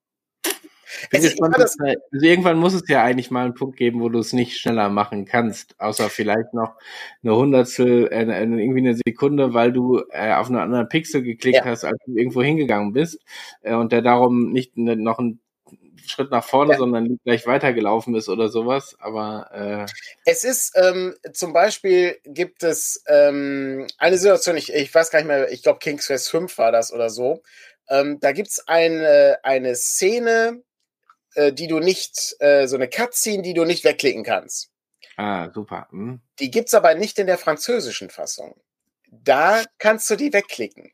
Also, gespannt, das, also irgendwann muss es ja eigentlich mal einen Punkt geben, wo du es nicht schneller machen kannst, außer vielleicht noch eine Hundertstel, äh, irgendwie eine Sekunde, weil du äh, auf einen anderen Pixel geklickt ja. hast, als du irgendwo hingegangen bist äh, und der darum nicht ne, noch einen Schritt nach vorne, ja. sondern gleich weitergelaufen ist oder sowas. Aber äh es ist ähm, zum Beispiel gibt es ähm, eine Situation, ich, ich weiß gar nicht mehr, ich glaube King's Quest fünf war das oder so. Ähm, da gibt's eine eine Szene, die du nicht, äh, so eine Cutscene, die du nicht wegklicken kannst. Ah, super. Hm. Die gibt's aber nicht in der französischen Fassung. Da kannst du die wegklicken.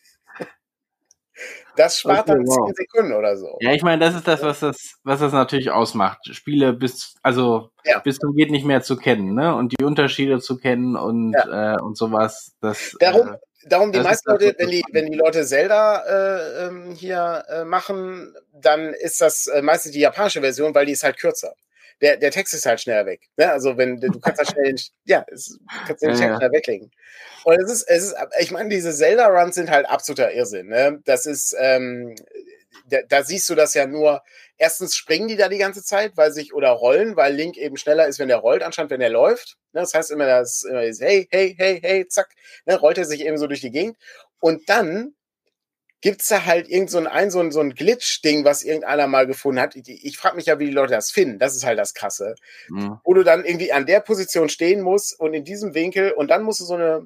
Das spart okay, dann wow. zehn Sekunden oder so. Ja, ich meine, das ist das, was das, was das natürlich ausmacht. Spiele bis, also ja. bis zum geht nicht mehr zu kennen, ne? Und die Unterschiede zu kennen und ja. äh, und sowas. Das. Darum, äh, Darum die meisten Leute, wenn die, wenn die Leute Zelda äh, ähm, hier äh, machen, dann ist das äh, meistens die japanische Version, weil die ist halt kürzer. Der, der Text ist halt schneller weg. Ne? Also wenn du kannst halt schnell, den, ja, es, kannst den ja, Text ja. schnell weglegen. Und es ist, es ist, ich meine, diese Zelda-Runs sind halt absoluter Irrsinn. Ne? Das ist, ähm, da, da siehst du das ja nur. Erstens springen die da die ganze Zeit, weil sich oder rollen, weil Link eben schneller ist, wenn der rollt, anstatt wenn er läuft. Das heißt immer, das immer ist, hey, hey, hey, hey, zack, ne, rollt er sich eben so durch die Gegend. Und dann gibt's da halt irgend so ein, so ein, so ein Glitch-Ding, was irgendeiner mal gefunden hat. Ich, ich frage mich ja, wie die Leute das finden. Das ist halt das Krasse. Mhm. Wo du dann irgendwie an der Position stehen musst und in diesem Winkel und dann musst du so eine,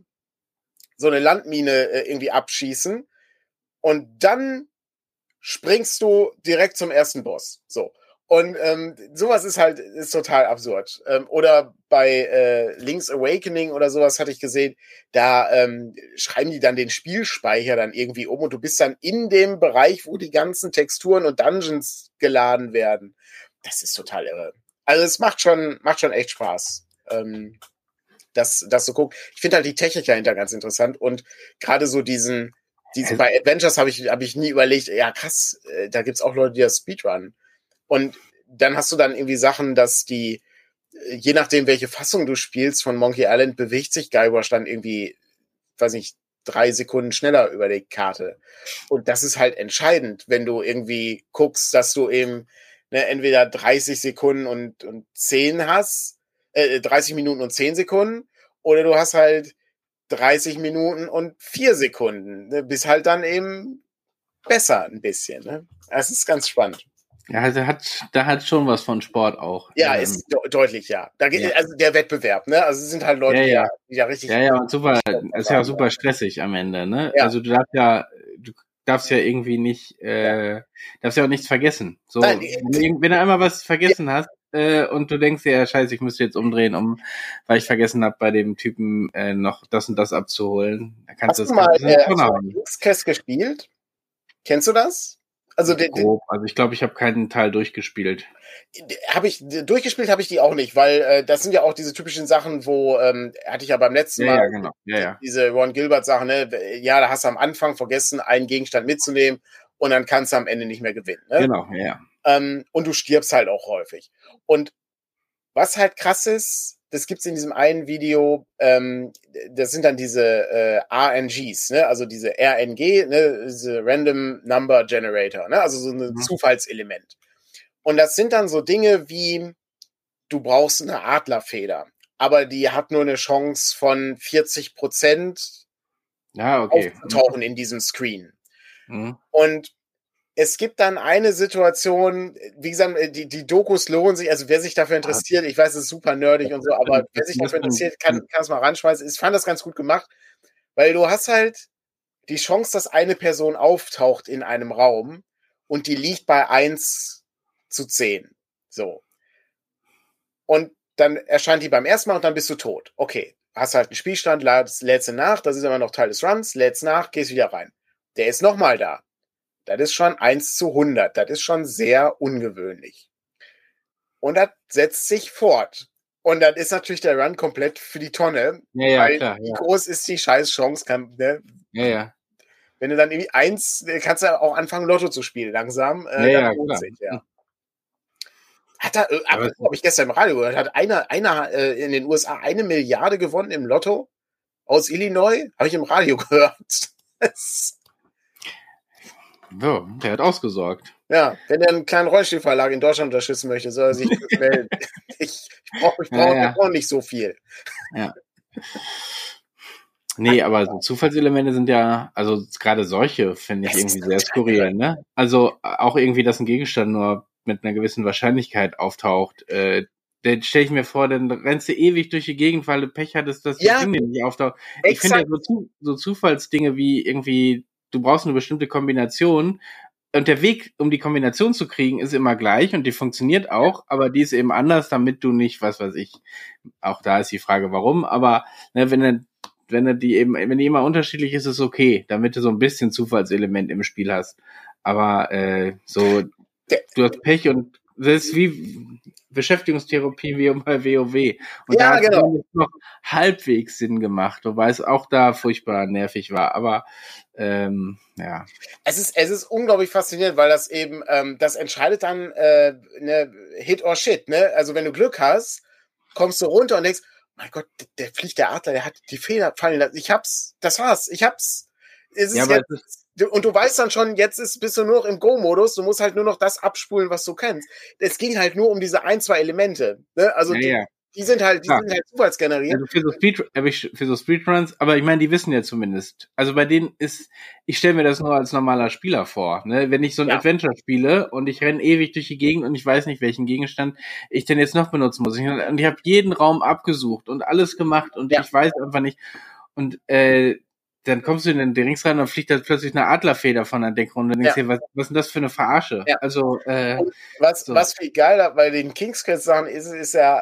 so eine Landmine äh, irgendwie abschießen und dann springst du direkt zum ersten Boss. So. Und ähm, sowas ist halt ist total absurd. Ähm, oder bei äh, Link's Awakening oder sowas hatte ich gesehen, da ähm, schreiben die dann den Spielspeicher dann irgendwie um und du bist dann in dem Bereich, wo die ganzen Texturen und Dungeons geladen werden. Das ist total irre. Also es macht schon macht schon echt Spaß, ähm, das das zu gucken. Ich finde halt die Technik dahinter ganz interessant und gerade so diesen Diese, bei Adventures habe ich, hab ich nie überlegt, ja krass, äh, da gibt's auch Leute, die das Speedrunnen. Und dann hast du dann irgendwie Sachen, dass die, je nachdem, welche Fassung du spielst von Monkey Island, bewegt sich Guybrush dann irgendwie, weiß nicht, drei Sekunden schneller über die Karte. Und das ist halt entscheidend, wenn du irgendwie guckst, dass du eben ne, entweder dreißig Sekunden und, und zehn hast, äh, dreißig Minuten und zehn Sekunden, oder du hast halt dreißig Minuten und vier Sekunden. Ne? Bis halt dann eben besser ein bisschen. Ne? Das ist ganz spannend. Ja, also hat, da hat schon was von Sport auch. Ja, ähm, ist de- deutlich, ja. Da geht, ja. also der Wettbewerb, ne? Also es sind halt Leute, Ja, die ja. ja, die ja richtig. Ja, ja, und super, Sport ist ja auch haben. super stressig am Ende, ne? Ja. Also du darfst ja, du darfst ja irgendwie nicht, äh, darfst ja auch nichts vergessen. So, Nein, wenn du, irgend- wenn du einmal was vergessen hast, äh, und du denkst dir, ja, scheiße, ich müsste jetzt umdrehen, um, weil ich vergessen habe, bei dem Typen äh, noch das und das abzuholen, dann kannst du hast das du mal Ganze äh, schon hast du mal haben. X-Cast gespielt? Kennst du das? Also den, den Grob. Also ich glaube, ich habe keinen Teil durchgespielt. habe ich durchgespielt, habe ich die auch nicht, weil äh, das sind ja auch diese typischen Sachen, wo ähm, hatte ich ja beim letzten Ja, Mal ja, genau. Ja, ja. diese Ron Gilbert Sachen, ne? Ja, da hast du am Anfang vergessen, einen Gegenstand mitzunehmen und dann kannst du am Ende nicht mehr gewinnen, ne? Genau, ja, ja. Ähm, und du stirbst halt auch häufig. Und was halt krass ist, das gibt's in diesem einen Video, ähm, das sind dann diese äh, R N Gs, ne? Also diese R N G, ne? Diese Random Number Generator, ne? Also so ein Mhm. Zufallselement. Und das sind dann so Dinge wie, du brauchst eine Adlerfeder, aber die hat nur eine Chance von vierzig Prozent Ja, okay. aufzutauchen in diesem Screen. Mhm. Und es gibt dann eine Situation, wie gesagt, die, die Dokus lohnen sich, also wer sich dafür interessiert, ich weiß, es ist super nerdig und so, aber wer sich dafür interessiert, kann, kann es mal ranschmeißen. Ich fand das ganz gut gemacht, weil du hast halt die Chance, dass eine Person auftaucht in einem Raum und die liegt bei eins zu zehn. So. Und dann erscheint die beim ersten Mal und dann bist du tot. Okay, hast halt einen Spielstand, lädst, lädst ihn nach, das ist immer noch Teil des Runs, lädst nach, gehst wieder rein. Der ist nochmal da. Das ist schon eins zu hundert. Das ist schon sehr ungewöhnlich. Und das setzt sich fort. Und dann ist natürlich der Run komplett für die Tonne. Ja, ja, weil klar. wie Ja, groß ist die scheiß Chance? Kann, ne? ja. ja. Wenn du dann irgendwie eins, kannst du auch anfangen, Lotto zu spielen langsam. Äh, Ja, das ja, lohnt klar. sich, ja. Hat da, äh, Aber apropos, habe ich gestern im Radio gehört, hat einer, einer äh, in den U S A eine Milliarde gewonnen im Lotto aus Illinois? Habe ich im Radio gehört. Das, ja, der hat ausgesorgt. ja, wenn er einen kleinen Rollstuhlverlag in Deutschland unterstützen möchte, soll er sich melden. Ich, ich brauche ich brauch, Ja, ja. ich brauch nicht so viel. Ja. Nee, aber so Zufallselemente sind ja, also gerade solche finde ich Es irgendwie ist sehr total skurril, ne? Also auch irgendwie, dass ein Gegenstand nur mit einer gewissen Wahrscheinlichkeit auftaucht. Äh, dann stelle ich mir vor, dann rennst du ewig durch die Gegend, weil du Pech hattest, dass das Ja, Ding dir nicht auftaucht. Ich finde ja exakt. so, Zu so Zufallsdinge wie irgendwie, du brauchst eine bestimmte Kombination und der Weg, um die Kombination zu kriegen, ist immer gleich und die funktioniert auch, aber die ist eben anders, damit du nicht, was weiß ich, auch da ist die Frage, warum, aber ne, wenn du wenn du die eben, wenn die immer unterschiedlich ist, ist okay, damit du so ein bisschen Zufallselement im Spiel hast. Aber äh, so, du hast Pech und das ist wie Beschäftigungstherapie wie bei WoW. Und da Ja, hat es genau. noch halbwegs Sinn gemacht, wobei es auch da furchtbar nervig war. Aber ähm, ja. Es ist, es ist unglaublich faszinierend, weil das eben, ähm, das entscheidet dann äh, ne, Hit or Shit, ne? Also wenn du Glück hast, kommst du runter und denkst, mein Gott, der fliegt der Adler, der hat die Feder fallen lassen. Ich hab's, das war's, ich hab's. Es ist Ja, aber jetzt, es ist, du- und du weißt dann schon, jetzt ist, bist du nur noch im Go-Modus, du musst halt nur noch das abspulen, was du kennst. Es ging halt nur um diese ein, zwei Elemente. Ne? Also ja, die, ja. die sind halt, die Klar. sind halt zufallsgeneriert. Also für so Speed, aber ich, für so Speedruns, aber ich meine, die wissen ja zumindest. Also bei denen ist, ich stelle mir das nur als normaler Spieler vor. Ne? Wenn ich so ein Ja. Adventure spiele und ich renne ewig durch die Gegend und ich weiß nicht, welchen Gegenstand ich denn jetzt noch benutzen muss. Ich, und ich habe jeden Raum abgesucht und alles gemacht und Ja. ich weiß einfach nicht. Und äh, dann kommst du in den Dings rein und fliegt da plötzlich eine Adlerfeder von der Deckrunde und denkst Ja. dir, was, was ist denn das für eine Verarsche? Ja. Also, äh, Und was, so. was viel geiler bei den Kingscats-Sachen ist, ist ja,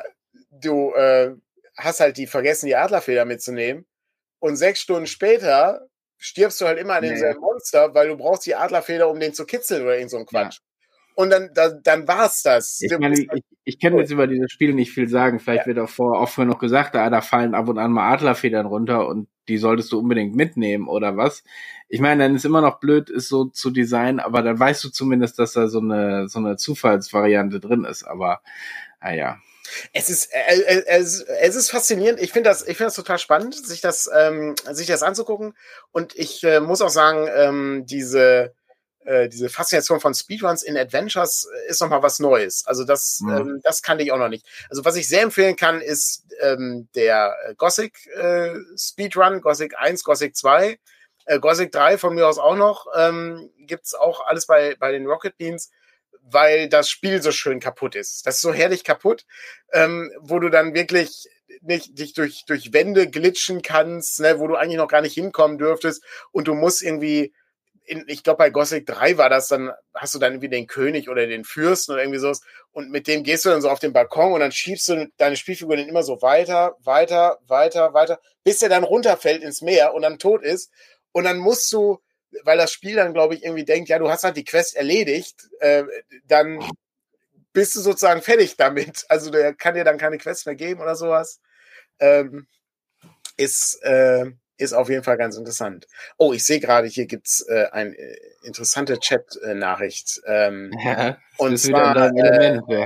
du äh, hast halt die vergessen, die Adlerfeder mitzunehmen. Und sechs Stunden später stirbst du halt immer an Ja, demselben Monster, weil du brauchst die Adlerfeder, um den zu kitzeln oder irgend so ein Quatsch. Und dann, da, dann war's das. Ich Du meine, bist halt- ich, ich kann jetzt über dieses Spiel nicht viel sagen. Vielleicht Ja. wird auch vor oft noch gesagt, da, da fallen ab und an mal Adlerfedern runter und die solltest du unbedingt mitnehmen oder was. Ich meine, dann ist immer noch blöd, ist so zu designen, aber dann weißt du zumindest, dass da so eine so eine Zufallsvariante drin ist. Aber naja. Es ist, äh, äh, es, es ist faszinierend. Ich finde das, ich finde das total spannend, sich das, ähm, sich das anzugucken. Und ich äh, muss auch sagen, ähm, diese, äh, diese Faszination von Speedruns in Adventures ist nochmal was Neues. Also das, Mhm. ähm, das kannte ich auch noch nicht. Also was ich sehr empfehlen kann, ist ähm, der Gothic äh, Speedrun, Gothic eins, Gothic zwei, äh, Gothic drei von mir aus auch noch. Ähm, gibt's auch alles bei, bei den Rocket Beans. weil das Spiel so schön kaputt ist. Das ist so herrlich kaputt, ähm, wo du dann wirklich nicht dich durch, durch Wände glitschen kannst, ne, wo du eigentlich noch gar nicht hinkommen dürftest und du musst irgendwie, in, ich glaube bei Gothic drei war das, dann hast du dann irgendwie den König oder den Fürsten oder irgendwie sowas und mit dem gehst du dann so auf den Balkon und dann schiebst du deine Spielfigur dann immer so weiter, weiter, weiter, weiter, bis der dann runterfällt ins Meer und dann tot ist und dann musst du, weil das Spiel dann, glaube ich, irgendwie denkt, ja, du hast halt die Quest erledigt, äh, dann bist du sozusagen fertig damit. Also der kann dir dann keine Quest mehr geben oder sowas. Ähm, ist, äh, ist auf jeden Fall ganz interessant. Oh, ich sehe gerade, hier gibt's äh, eine äh, interessante Chat-Nachricht. Ähm, ja, und zwar, Element, äh, ja.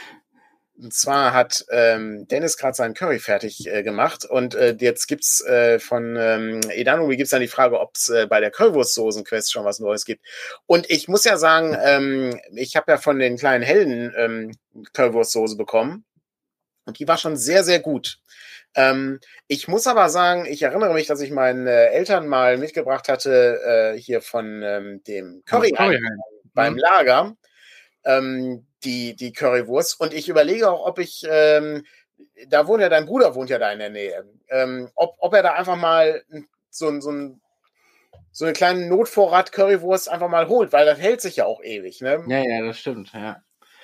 Und zwar hat ähm, Dennis gerade seinen Curry fertig äh, gemacht und äh, jetzt gibt's äh, von ähm, Edanui gibt's dann die Frage, ob es äh, bei der Currywurstsoßen-Quest schon was Neues gibt. Und ich muss ja sagen, ähm, ich habe ja von den kleinen Helden ähm, Currywurstsoße bekommen und die war schon sehr, sehr gut. Ähm, ich muss aber sagen, ich erinnere mich, dass ich meinen äh, Eltern mal mitgebracht hatte, äh, hier von ähm, dem Curry, Curry beim mhm. Lager, ähm, die, die Currywurst. Und ich überlege auch, ob ich, ähm, da wohnt ja, dein Bruder wohnt ja da in der Nähe, ähm, ob, ob er da einfach mal so, so, ein, so eine kleine Notvorrat Currywurst einfach mal holt, weil das hält sich ja auch ewig, ne? Ja, ja, das stimmt, ja.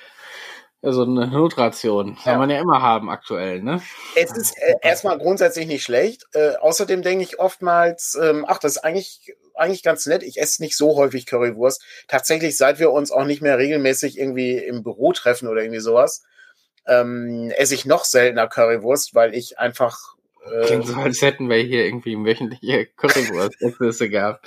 Also eine Notration soll ja. man ja immer haben aktuell, ne? Es ist äh, erstmal grundsätzlich nicht schlecht. Äh, außerdem denke ich oftmals, ähm, ach, das ist eigentlich, eigentlich ganz nett. Ich esse nicht so häufig Currywurst. Tatsächlich, seit wir uns auch nicht mehr regelmäßig irgendwie im Büro treffen oder irgendwie sowas, ähm, esse ich noch seltener Currywurst, weil ich einfach... Äh, Klingt so, als hätten wir hier irgendwie wöchentliche Currywurst-Exzesse gehabt.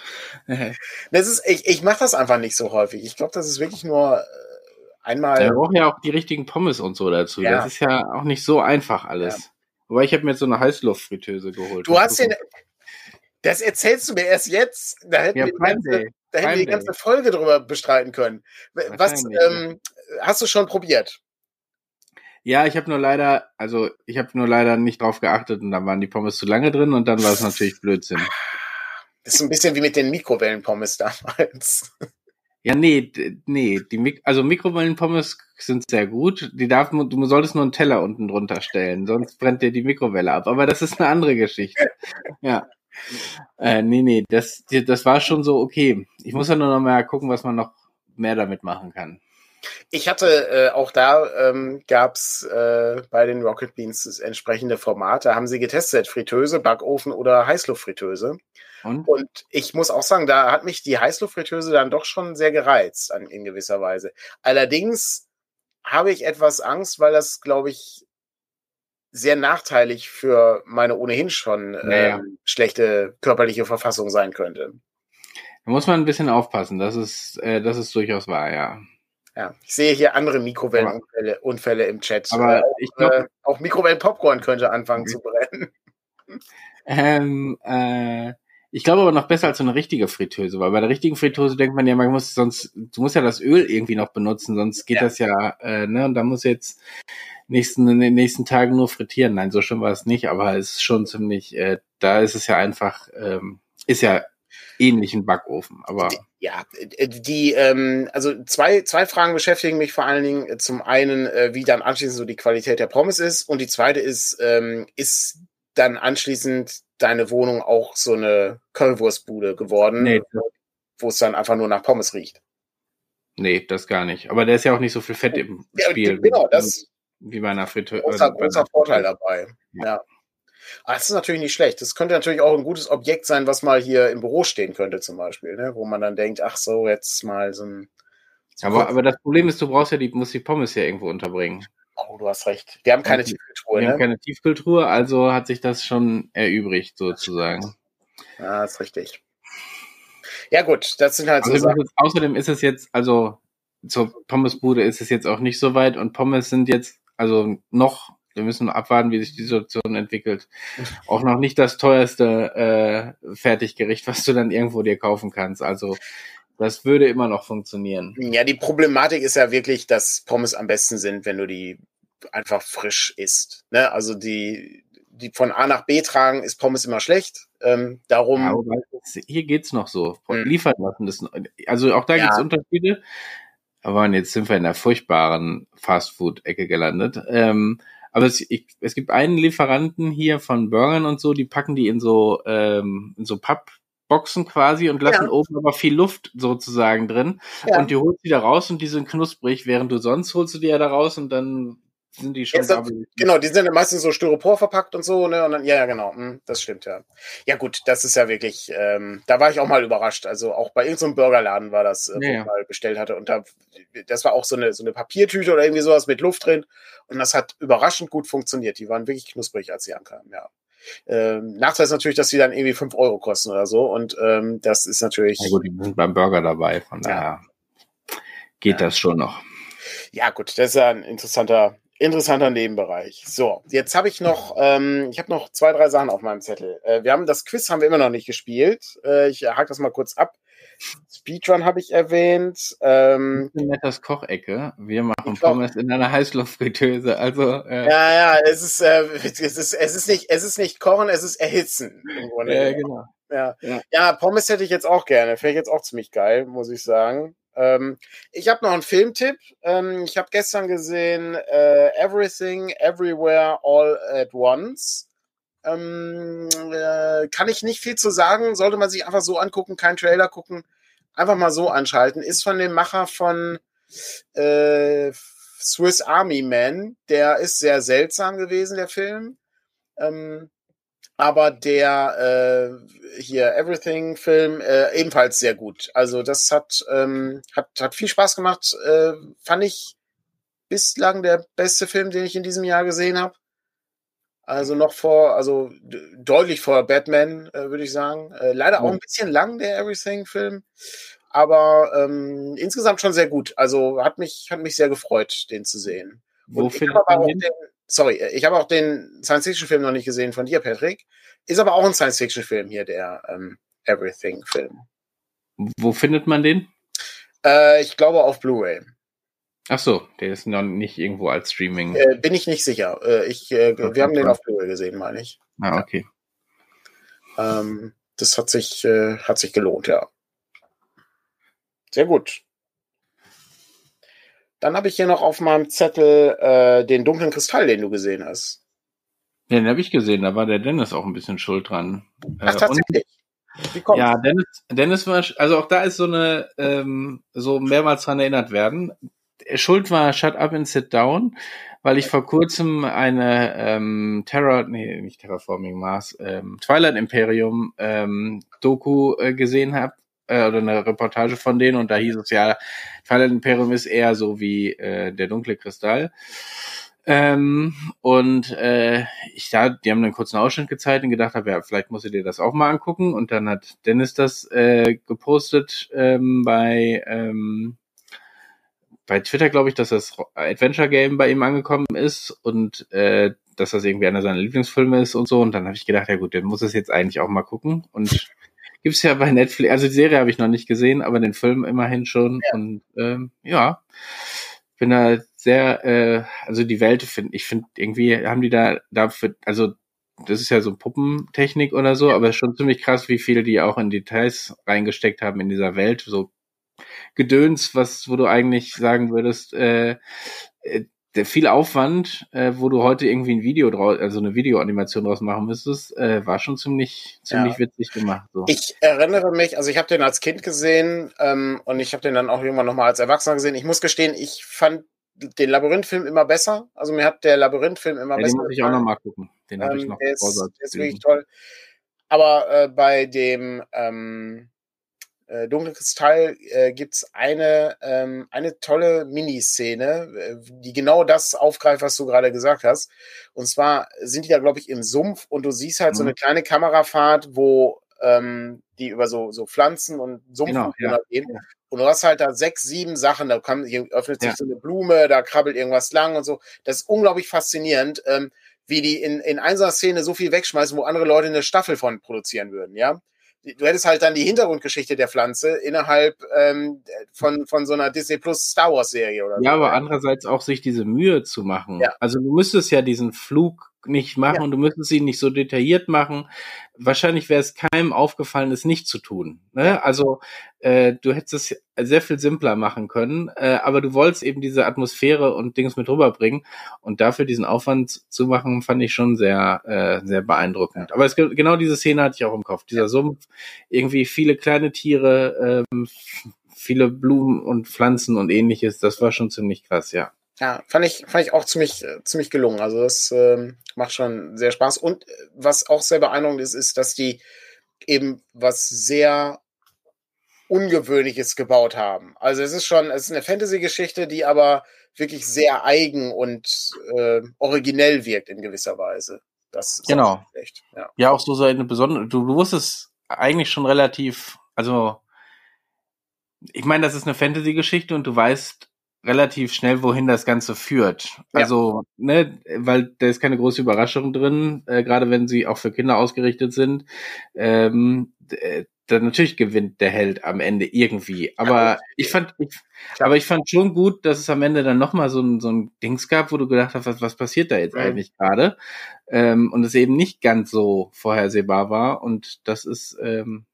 das ist, ich ich mache das einfach nicht so häufig. Ich glaube, das ist wirklich nur... Äh, Einmal. Wir brauchen ja auch die richtigen Pommes und so dazu. Ja. Das ist ja auch nicht so einfach alles. Ja. Wobei ich habe mir jetzt so eine Heißluftfritteuse geholt. Du hast den. Das erzählst du mir erst jetzt. Da hätten ja, wir die ganze, da hätten wir die ganze Folge drüber bestreiten können. Was ähm, hast du schon probiert? Ja, ich habe nur leider, also ich habe nur leider nicht drauf geachtet und dann waren die Pommes zu lange drin und dann war es natürlich Blödsinn. Das ist ein bisschen wie mit den Mikrowellenpommes damals. Ja, nee, nee, die Mik- also Mikrowellenpommes sind sehr gut. Die darf, du solltest nur einen Teller unten drunter stellen, sonst brennt dir die Mikrowelle ab. Aber das ist eine andere Geschichte. Ja. Äh, nee, nee, das, das war schon so okay. Ich muss ja nur noch mal gucken, was man noch mehr damit machen kann. Ich hatte äh, auch da ähm, gab's äh, bei den Rocket Beans das entsprechende Format. Da haben sie getestet, Fritteuse, Backofen oder Heißluftfritteuse. Und? Und ich muss auch sagen, da hat mich die Heißluftfritteuse dann doch schon sehr gereizt an, in gewisser Weise. Allerdings habe ich etwas Angst, weil das, glaube ich, sehr nachteilig für meine ohnehin schon naja. ähm, schlechte körperliche Verfassung sein könnte. Da muss man ein bisschen aufpassen. Das ist, äh, das ist durchaus wahr, ja. Ja, ich sehe hier andere Mikrowellenunfälle Unfälle im Chat. Aber äh, ich glaube, äh, auch Mikrowellenpopcorn könnte anfangen okay. zu brennen. Ähm, äh, ich glaube aber noch besser als so eine richtige Fritteuse, weil bei der richtigen Fritteuse denkt man ja, man muss sonst, du musst ja das Öl irgendwie noch benutzen, sonst geht ja. das ja, äh, ne, und da muss jetzt nächsten, in den nächsten Tagen nur frittieren. Nein, so schlimm war es nicht, aber es ist schon ziemlich, äh, da ist es ja einfach, ähm, ist ja ähnlich ein Backofen, aber. Ja, die, ähm, also zwei, zwei Fragen beschäftigen mich vor allen Dingen. Zum einen, äh, wie dann anschließend so die Qualität der Pommes ist, und die zweite ist, ähm, ist dann anschließend deine Wohnung auch so eine Currywurstbude geworden, nee, wo es dann einfach nur nach Pommes riecht? Nee, das gar nicht. Aber da ist ja auch nicht so viel Fett im ja, Spiel. Genau, das wie bei einer Fritteuse. Großer, großer Vorteil dabei. Ja. ja. Aber das ist natürlich nicht schlecht. Das könnte natürlich auch ein gutes Objekt sein, was mal hier im Büro stehen könnte zum Beispiel, ne? Wo man dann denkt, ach so, jetzt mal so ein... So aber, aber das Problem ist, du brauchst ja die, musst die Pommes ja irgendwo unterbringen. Oh, du hast recht. Wir haben keine Tiefkühltruhe, Wir ne? haben keine Tiefkühltruhe, also hat sich das schon erübrigt, sozusagen. Ja, ist richtig. Ja gut, das sind halt also so Sachen. Ist, außerdem ist es jetzt, also zur Pommesbude ist es jetzt auch nicht so weit und Pommes sind jetzt, also noch, wir müssen abwarten, wie sich die Situation entwickelt, auch noch nicht das teuerste äh, Fertiggericht, was du dann irgendwo dir kaufen kannst. Also das würde immer noch funktionieren. Ja, die Problematik ist ja wirklich, dass Pommes am besten sind, wenn du die einfach frisch isst. Ne? Also die, die von A nach B tragen, ist Pommes immer schlecht. Ähm, darum. Ja, aber hier geht's noch so. Hm. Liefern lassen. Das, also auch da ja. gibt's Unterschiede. Aber jetzt sind wir in der furchtbaren Fast-Food-Ecke gelandet. Ähm, aber es, ich, es gibt einen Lieferanten hier von Burgern und so, die packen die in so, ähm, in so Pappboxen quasi und lassen Ja. oben aber viel Luft sozusagen drin. Ja. Und die holst du da raus und die sind knusprig, während du sonst holst du die ja da raus und dann sind die schon Jetzt, genau, die sind ja meistens so Styropor verpackt und so, ne? Und dann, ja, ja, genau, das stimmt, ja. Ja, gut, das ist ja wirklich, ähm, da war ich auch mal überrascht. Also auch bei irgendeinem Burgerladen war das, äh, wo ja, ich mal bestellt hatte. Und da, das war auch so eine, so eine Papiertüte oder irgendwie sowas mit Luft drin. Und das hat überraschend gut funktioniert. Die waren wirklich knusprig, als sie ankamen, ja. Ähm, Nachteil ist natürlich, dass sie dann irgendwie fünf Euro kosten oder so. Und ähm, das ist natürlich. Ja gut, die sind beim Burger dabei, von daher ja. geht ja. das schon noch. Ja, gut, das ist ja ein interessanter. Interessanter Nebenbereich. So, jetzt habe ich noch, ähm, ich habe noch zwei, drei Sachen auf meinem Zettel. Äh, wir haben das Quiz haben wir immer noch nicht gespielt. Äh, ich hake das mal kurz ab. Speedrun habe ich erwähnt. Ähm, Netters Kochecke. Wir machen Pommes in einer Heißluftfritteuse. Also äh, ja, ja, es ist, äh, es ist, es ist nicht, es ist nicht kochen, es ist erhitzen. Im Grunde ja, genau. Ja. Ja. ja, Pommes hätte ich jetzt auch gerne. Finde ich jetzt auch ziemlich geil, muss ich sagen. Ähm, ich habe noch einen Filmtipp. Ähm, ich habe gestern gesehen äh, Everything, Everywhere, All at Once. Ähm, äh, kann ich nicht viel zu sagen. Sollte man sich einfach so angucken, kein Trailer gucken. Einfach mal so anschalten. Ist von dem Macher von äh, Swiss Army Man. Der ist sehr seltsam gewesen, der Film. Ähm, aber der äh, hier Everything-Film äh, ebenfalls sehr gut. Also das hat ähm, hat hat viel Spaß gemacht. Äh, fand ich bislang der beste Film, den ich in diesem Jahr gesehen habe. Also noch vor, also d- deutlich vor Batman, äh, würde ich sagen. Äh, leider auch ein bisschen lang der Everything-Film, aber ähm, insgesamt schon sehr gut. Also hat mich hat mich sehr gefreut, den zu sehen. Wo Und ich findet habe aber man auch den? den, sorry, ich habe auch den Science-Fiction-Film noch nicht gesehen von dir, Patrick. Ist aber auch ein Science-Fiction-Film hier, der ähm, Everything-Film. Wo findet man den? Äh, ich glaube auf Blu-ray. Ach so, der ist noch nicht irgendwo als Streaming. Äh, bin ich nicht sicher. Äh, ich, äh, wir haben den auf Blu-ray gesehen, meine ich. Ah, okay. Ja. Ähm, das hat sich, äh, hat sich gelohnt, ja. Sehr gut. Dann habe ich hier noch auf meinem Zettel äh, den dunklen Kristall, den du gesehen hast. Ja, den habe ich gesehen, da war der Dennis auch ein bisschen schuld dran. Ach, tatsächlich? Wie kommt's? Ja, Dennis, Dennis war, also auch da ist so eine, ähm, so mehrmals dran erinnert werden. Schuld war Shut Up and Sit Down, weil ich vor kurzem eine ähm, Terror, nee, nicht Terraforming Mars, ähm, Twilight Imperium ähm, Doku äh, gesehen habe, äh, oder eine Reportage von denen, und da hieß es ja, Twilight Imperium ist eher so wie äh, der dunkle Kristall. Ähm, und äh, ich da, die haben einen kurzen Ausschnitt gezeigt und gedacht habe, ja, vielleicht musst du dir das auch mal angucken. Und dann hat Dennis das äh, gepostet ähm, bei ähm, bei Twitter, glaube ich, dass das Adventure Game bei ihm angekommen ist und äh, dass das irgendwie einer seiner Lieblingsfilme ist und so. Und dann habe ich gedacht, ja gut, der muss es jetzt eigentlich auch mal gucken. Und gibt's ja bei Netflix, also die Serie habe ich noch nicht gesehen, aber den Film immerhin schon. Ja. Und ähm, ja, bin da sehr, äh, also die Welt, find, ich finde irgendwie haben die da dafür, also das ist ja so Puppentechnik oder so, aber es ist schon ziemlich krass, wie viel die auch in Details reingesteckt haben in dieser Welt, so Gedöns, was, wo du eigentlich sagen würdest, äh, äh, viel Aufwand, äh, wo du heute irgendwie ein Video draus, also eine Videoanimation draus machen müsstest, äh, war schon ziemlich, ziemlich ja. witzig gemacht. So. Ich erinnere mich, also ich habe den als Kind gesehen ähm, und ich habe den dann auch irgendwann nochmal als Erwachsener gesehen. Ich muss gestehen, ich fand den Labyrinth-Film immer besser. Also mir hat der Labyrinth-Film immer ja, besser gefallen. Den muss ich auch nochmal gucken. Den ähm, habe ich noch. Der ist, der ist wirklich toll. Aber äh, bei dem ähm, Äh, Dunkle Kristall äh, gibt's eine ähm, eine tolle Miniszene, äh, die genau das aufgreift, was du gerade gesagt hast. Und zwar sind die da, glaube ich, im Sumpf und du siehst halt mhm. so eine kleine Kamerafahrt, wo ähm, die über so so Pflanzen und Sumpf genau, ja. gehen. Ja. Und du hast halt da sechs, sieben Sachen. Da kann, hier öffnet sich ja. so eine Blume, da krabbelt irgendwas lang und so. Das ist unglaublich faszinierend, ähm, wie die in in einer Szene so viel wegschmeißen, wo andere Leute eine Staffel von produzieren würden, ja. Du hättest halt dann die Hintergrundgeschichte der Pflanze innerhalb ähm, von, von so einer Disney Plus Star Wars Serie oder so. Ja, aber andererseits auch sich diese Mühe zu machen. Ja. Also du müsstest ja diesen Flug nicht machen ja. und du müsstest ihn nicht so detailliert machen. Wahrscheinlich wäre es keinem aufgefallen, es nicht zu tun. Ne? Ja. Also äh, du hättest es sehr viel simpler machen können, äh, aber du wolltest eben diese Atmosphäre und Dings mit rüberbringen und dafür diesen Aufwand zu machen, fand ich schon sehr, äh, sehr beeindruckend. Ja. Aber es, genau diese Szene hatte ich auch im Kopf. Dieser ja. Sumpf, irgendwie viele kleine Tiere, ähm, viele Blumen und Pflanzen und ähnliches, das war schon ziemlich krass, ja. Ja, fand ich, fand ich auch ziemlich, ziemlich gelungen. Also das ähm, macht schon sehr Spaß. Und was auch sehr beeindruckend ist, ist, dass die eben was sehr Ungewöhnliches gebaut haben. Also es ist schon, es ist eine Fantasy-Geschichte, die aber wirklich sehr eigen und äh, originell wirkt in gewisser Weise. Das ist genau. Auch schlecht. Ja. ja, auch so eine besondere, du, du wusstest eigentlich schon relativ, also ich meine, das ist eine Fantasy-Geschichte und du weißt relativ schnell, wohin das Ganze führt. Ja. Also, ne, weil da ist keine große Überraschung drin, äh, gerade wenn sie auch für Kinder ausgerichtet sind. Ähm, äh, dann natürlich gewinnt der Held am Ende irgendwie. Aber ja, ich fand, ich, aber ich fand schon gut, dass es am Ende dann nochmal so ein, so ein Dings gab, wo du gedacht hast, was, was passiert da jetzt mhm. eigentlich gerade? Ähm, und es eben nicht ganz so vorhersehbar war. Und das ist, ähm,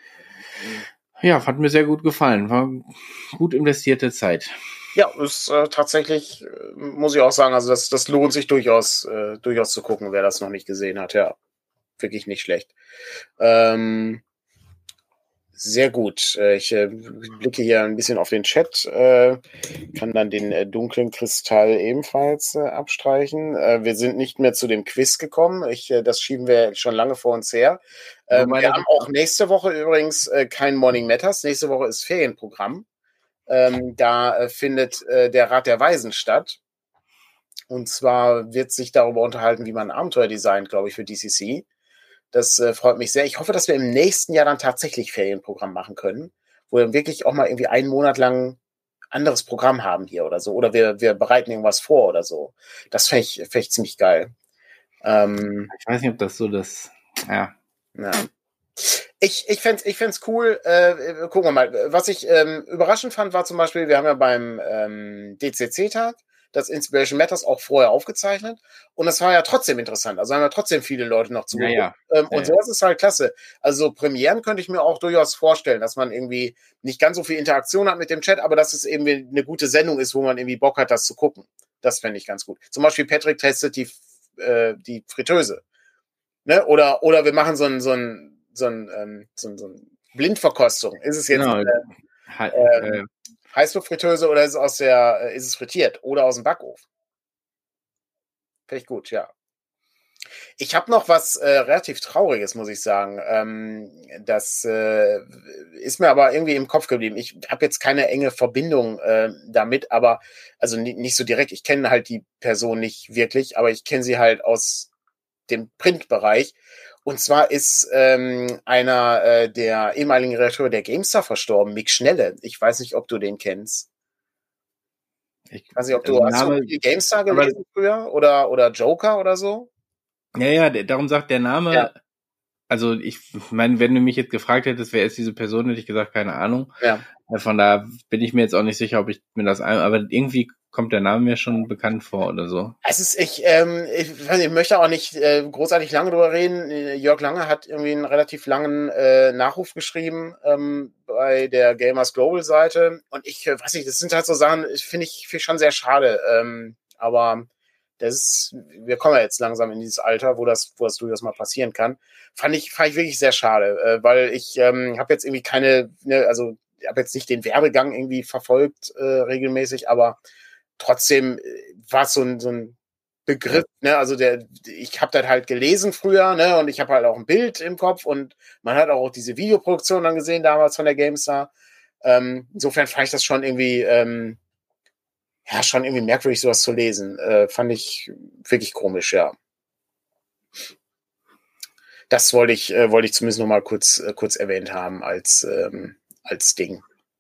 ja, hat mir sehr gut gefallen. War gut investierte Zeit. Ja, ist äh, tatsächlich, äh, muss ich auch sagen, also das, das lohnt sich durchaus, äh, durchaus zu gucken, wer das noch nicht gesehen hat. Ja, wirklich nicht schlecht. Ähm, sehr gut. Äh, ich äh, blicke hier ein bisschen auf den Chat, äh, kann dann den äh, dunklen Kristall ebenfalls äh, abstreichen. Äh, wir sind nicht mehr zu dem Quiz gekommen. Ich, äh, das schieben wir schon lange vor uns her. Ähm, wir haben auch nächste Woche übrigens äh, kein Morning Matters. Nächste Woche ist Ferienprogramm. Ähm, da äh, findet äh, der Rat der Weisen statt. Und zwar wird sich darüber unterhalten, wie man ein Abenteuer designt, glaube ich, für D C C. Das äh, freut mich sehr. Ich hoffe, dass wir im nächsten Jahr dann tatsächlich Ferienprogramm machen können, wo wir wirklich auch mal irgendwie einen Monat lang anderes Programm haben hier oder so. Oder wir, wir bereiten irgendwas vor oder so. Das fände ich, fänd ich ziemlich geil. Ähm, ich weiß nicht, ob das so das... Ja. ja. Ich, ich fände es ich fänd's cool. Äh, gucken wir mal. Was ich ähm, überraschend fand, war zum Beispiel, wir haben ja beim ähm, D C C-Tag das Inspiration Matters auch vorher aufgezeichnet. Und das war ja trotzdem interessant. Also haben ja trotzdem viele Leute noch zugeguckt. Ja, ja. Ähm, ja, und sowas ist halt klasse. Also Premieren könnte ich mir auch durchaus vorstellen, dass man irgendwie nicht ganz so viel Interaktion hat mit dem Chat, aber dass es eben eine gute Sendung ist, wo man irgendwie Bock hat, das zu gucken. Das fände ich ganz gut. Zum Beispiel Patrick testet die, äh, die Fritteuse. Ne? Oder, oder wir machen so ein, so ein So ein, ähm, so ein, so ein Blindverkostung. Ist es jetzt genau. äh, äh, Heißluftfritteuse oder ist es aus der, äh, ist es frittiert oder aus dem Backofen? Finde ich gut, ja. Ich habe noch was äh, relativ Trauriges, muss ich sagen. Ähm, das äh, ist mir aber irgendwie im Kopf geblieben. Ich habe jetzt keine enge Verbindung äh, damit, aber also nicht, nicht so direkt. Ich kenne halt die Person nicht wirklich, aber ich kenne sie halt aus dem Printbereich. Und zwar ist ähm, einer äh, der ehemaligen Redakteure der GameStar verstorben, Mick Schnelle. Ich weiß nicht, ob du den kennst. Ich weiß nicht, ob du, also hast du die GameStar gelesen früher oder, oder Joker oder so? Ja, ja, darum sagt der Name, ja. Also ich meine, wenn du mich jetzt gefragt hättest, wer ist diese Person, hätte ich gesagt, keine Ahnung. Ja. Von da bin ich mir jetzt auch nicht sicher, ob ich mir das ein, aber irgendwie kommt der Name mir schon bekannt vor oder so. Es ist, ich, ähm, ich, ich möchte auch nicht äh, großartig lange drüber reden. Jörg Lange hat irgendwie einen relativ langen äh, Nachruf geschrieben ähm, bei der Gamers Global Seite. Und ich äh, weiß nicht, das sind halt so Sachen, finde ich, find ich schon sehr schade. Ähm, aber das ist, wir kommen ja jetzt langsam in dieses Alter, wo das, wo das durchaus mal passieren kann. Fand ich, fand ich wirklich sehr schade, äh, weil ich ähm, habe jetzt irgendwie keine, ne, also ich habe jetzt nicht den Werdegang irgendwie verfolgt äh, regelmäßig, aber trotzdem war es so ein, so ein Begriff, ne, also der, ich habe das halt gelesen früher, ne, und ich habe halt auch ein Bild im Kopf und man hat auch diese Videoproduktion dann gesehen damals von der GameStar. Ähm, insofern fand ich das schon irgendwie, ähm, ja, schon irgendwie merkwürdig, sowas zu lesen. Äh, fand ich wirklich komisch, ja. Das wollte ich, äh, wollte ich zumindest noch mal kurz, äh, kurz erwähnt haben als, ähm, als Ding.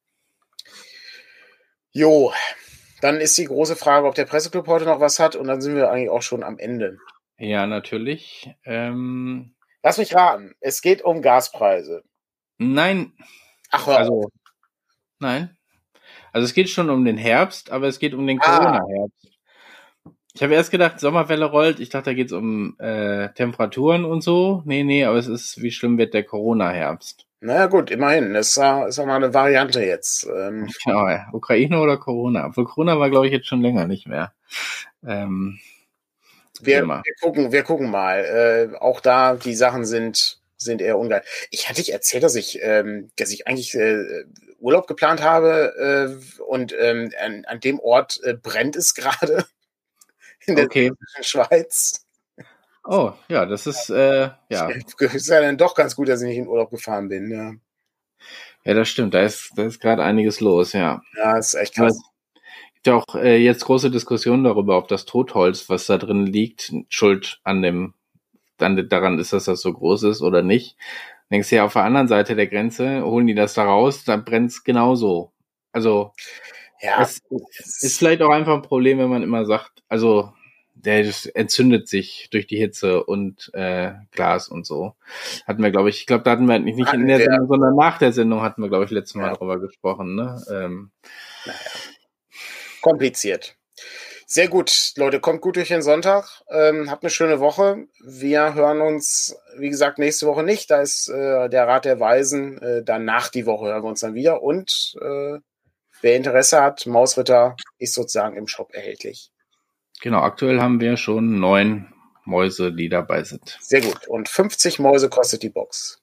Jo, dann ist die große Frage, ob der Presseclub heute noch was hat und dann sind wir eigentlich auch schon am Ende. Ja, natürlich. Ähm, Lass mich raten, es geht um Gaspreise. Nein. Ach, hör also, auf. Nein. Also es geht schon um den Herbst, aber es geht um den ah. Corona-Herbst. Ich habe erst gedacht, Sommerwelle rollt. Ich dachte, da geht's um äh, Temperaturen und so. Nee, nee, aber es ist, wie schlimm wird der Corona-Herbst? Naja gut, immerhin. Das ist ja, ist ja mal eine Variante jetzt. Ähm, Genau, ja. Ukraine oder Corona? Obwohl Corona war, glaube ich, jetzt schon länger nicht mehr. Ähm, wir, wir gucken, wir gucken mal. Äh, auch da, die Sachen sind, sind eher ungeil. Ich hatte dich erzählt, dass ich, ähm, dass ich eigentlich äh, Urlaub geplant habe äh, und ähm, an, an dem Ort äh, brennt es gerade in der okay. Schweiz. Oh, ja, das ist, äh, ja. Ist ja dann doch ganz gut, dass ich nicht in Urlaub gefahren bin, ja. Ja, das stimmt. Da ist, da ist gerade einiges los, ja. Ja, ist echt krass. Es gibt ja auch äh, jetzt große Diskussionen darüber, ob das Totholz, was da drin liegt, schuld an dem, dann daran ist, dass das so groß ist oder nicht. Denkst du ja, auf der anderen Seite der Grenze holen die das da raus, dann brennt's genauso. Also, ja, es ist vielleicht auch einfach ein Problem, wenn man immer sagt, also, der das entzündet sich durch die Hitze und äh, Glas und so. Hatten wir, glaube ich, ich glaube, da hatten wir nicht hatten in der wir, Sendung, sondern nach der Sendung hatten wir, glaube ich, letztes Mal ja. drüber gesprochen. Ne? Ähm, naja. Kompliziert. Sehr gut, Leute, kommt gut durch den Sonntag. Ähm, habt eine schöne Woche. Wir hören uns, wie gesagt, nächste Woche nicht. Da ist äh, der Rat der Weisen. Äh, danach die Woche hören wir uns dann wieder. Und äh, wer Interesse hat, Mausritter ist sozusagen im Shop erhältlich. Genau, aktuell haben wir schon neun Mäuse, die dabei sind. Sehr gut. Und fünfzig Mäuse kostet die Box.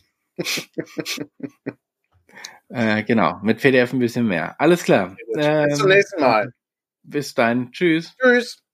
äh, genau, mit P D F ein bisschen mehr. Alles klar. Bis Ähm, zum nächsten Mal. Bis dann. Tschüss. Tschüss.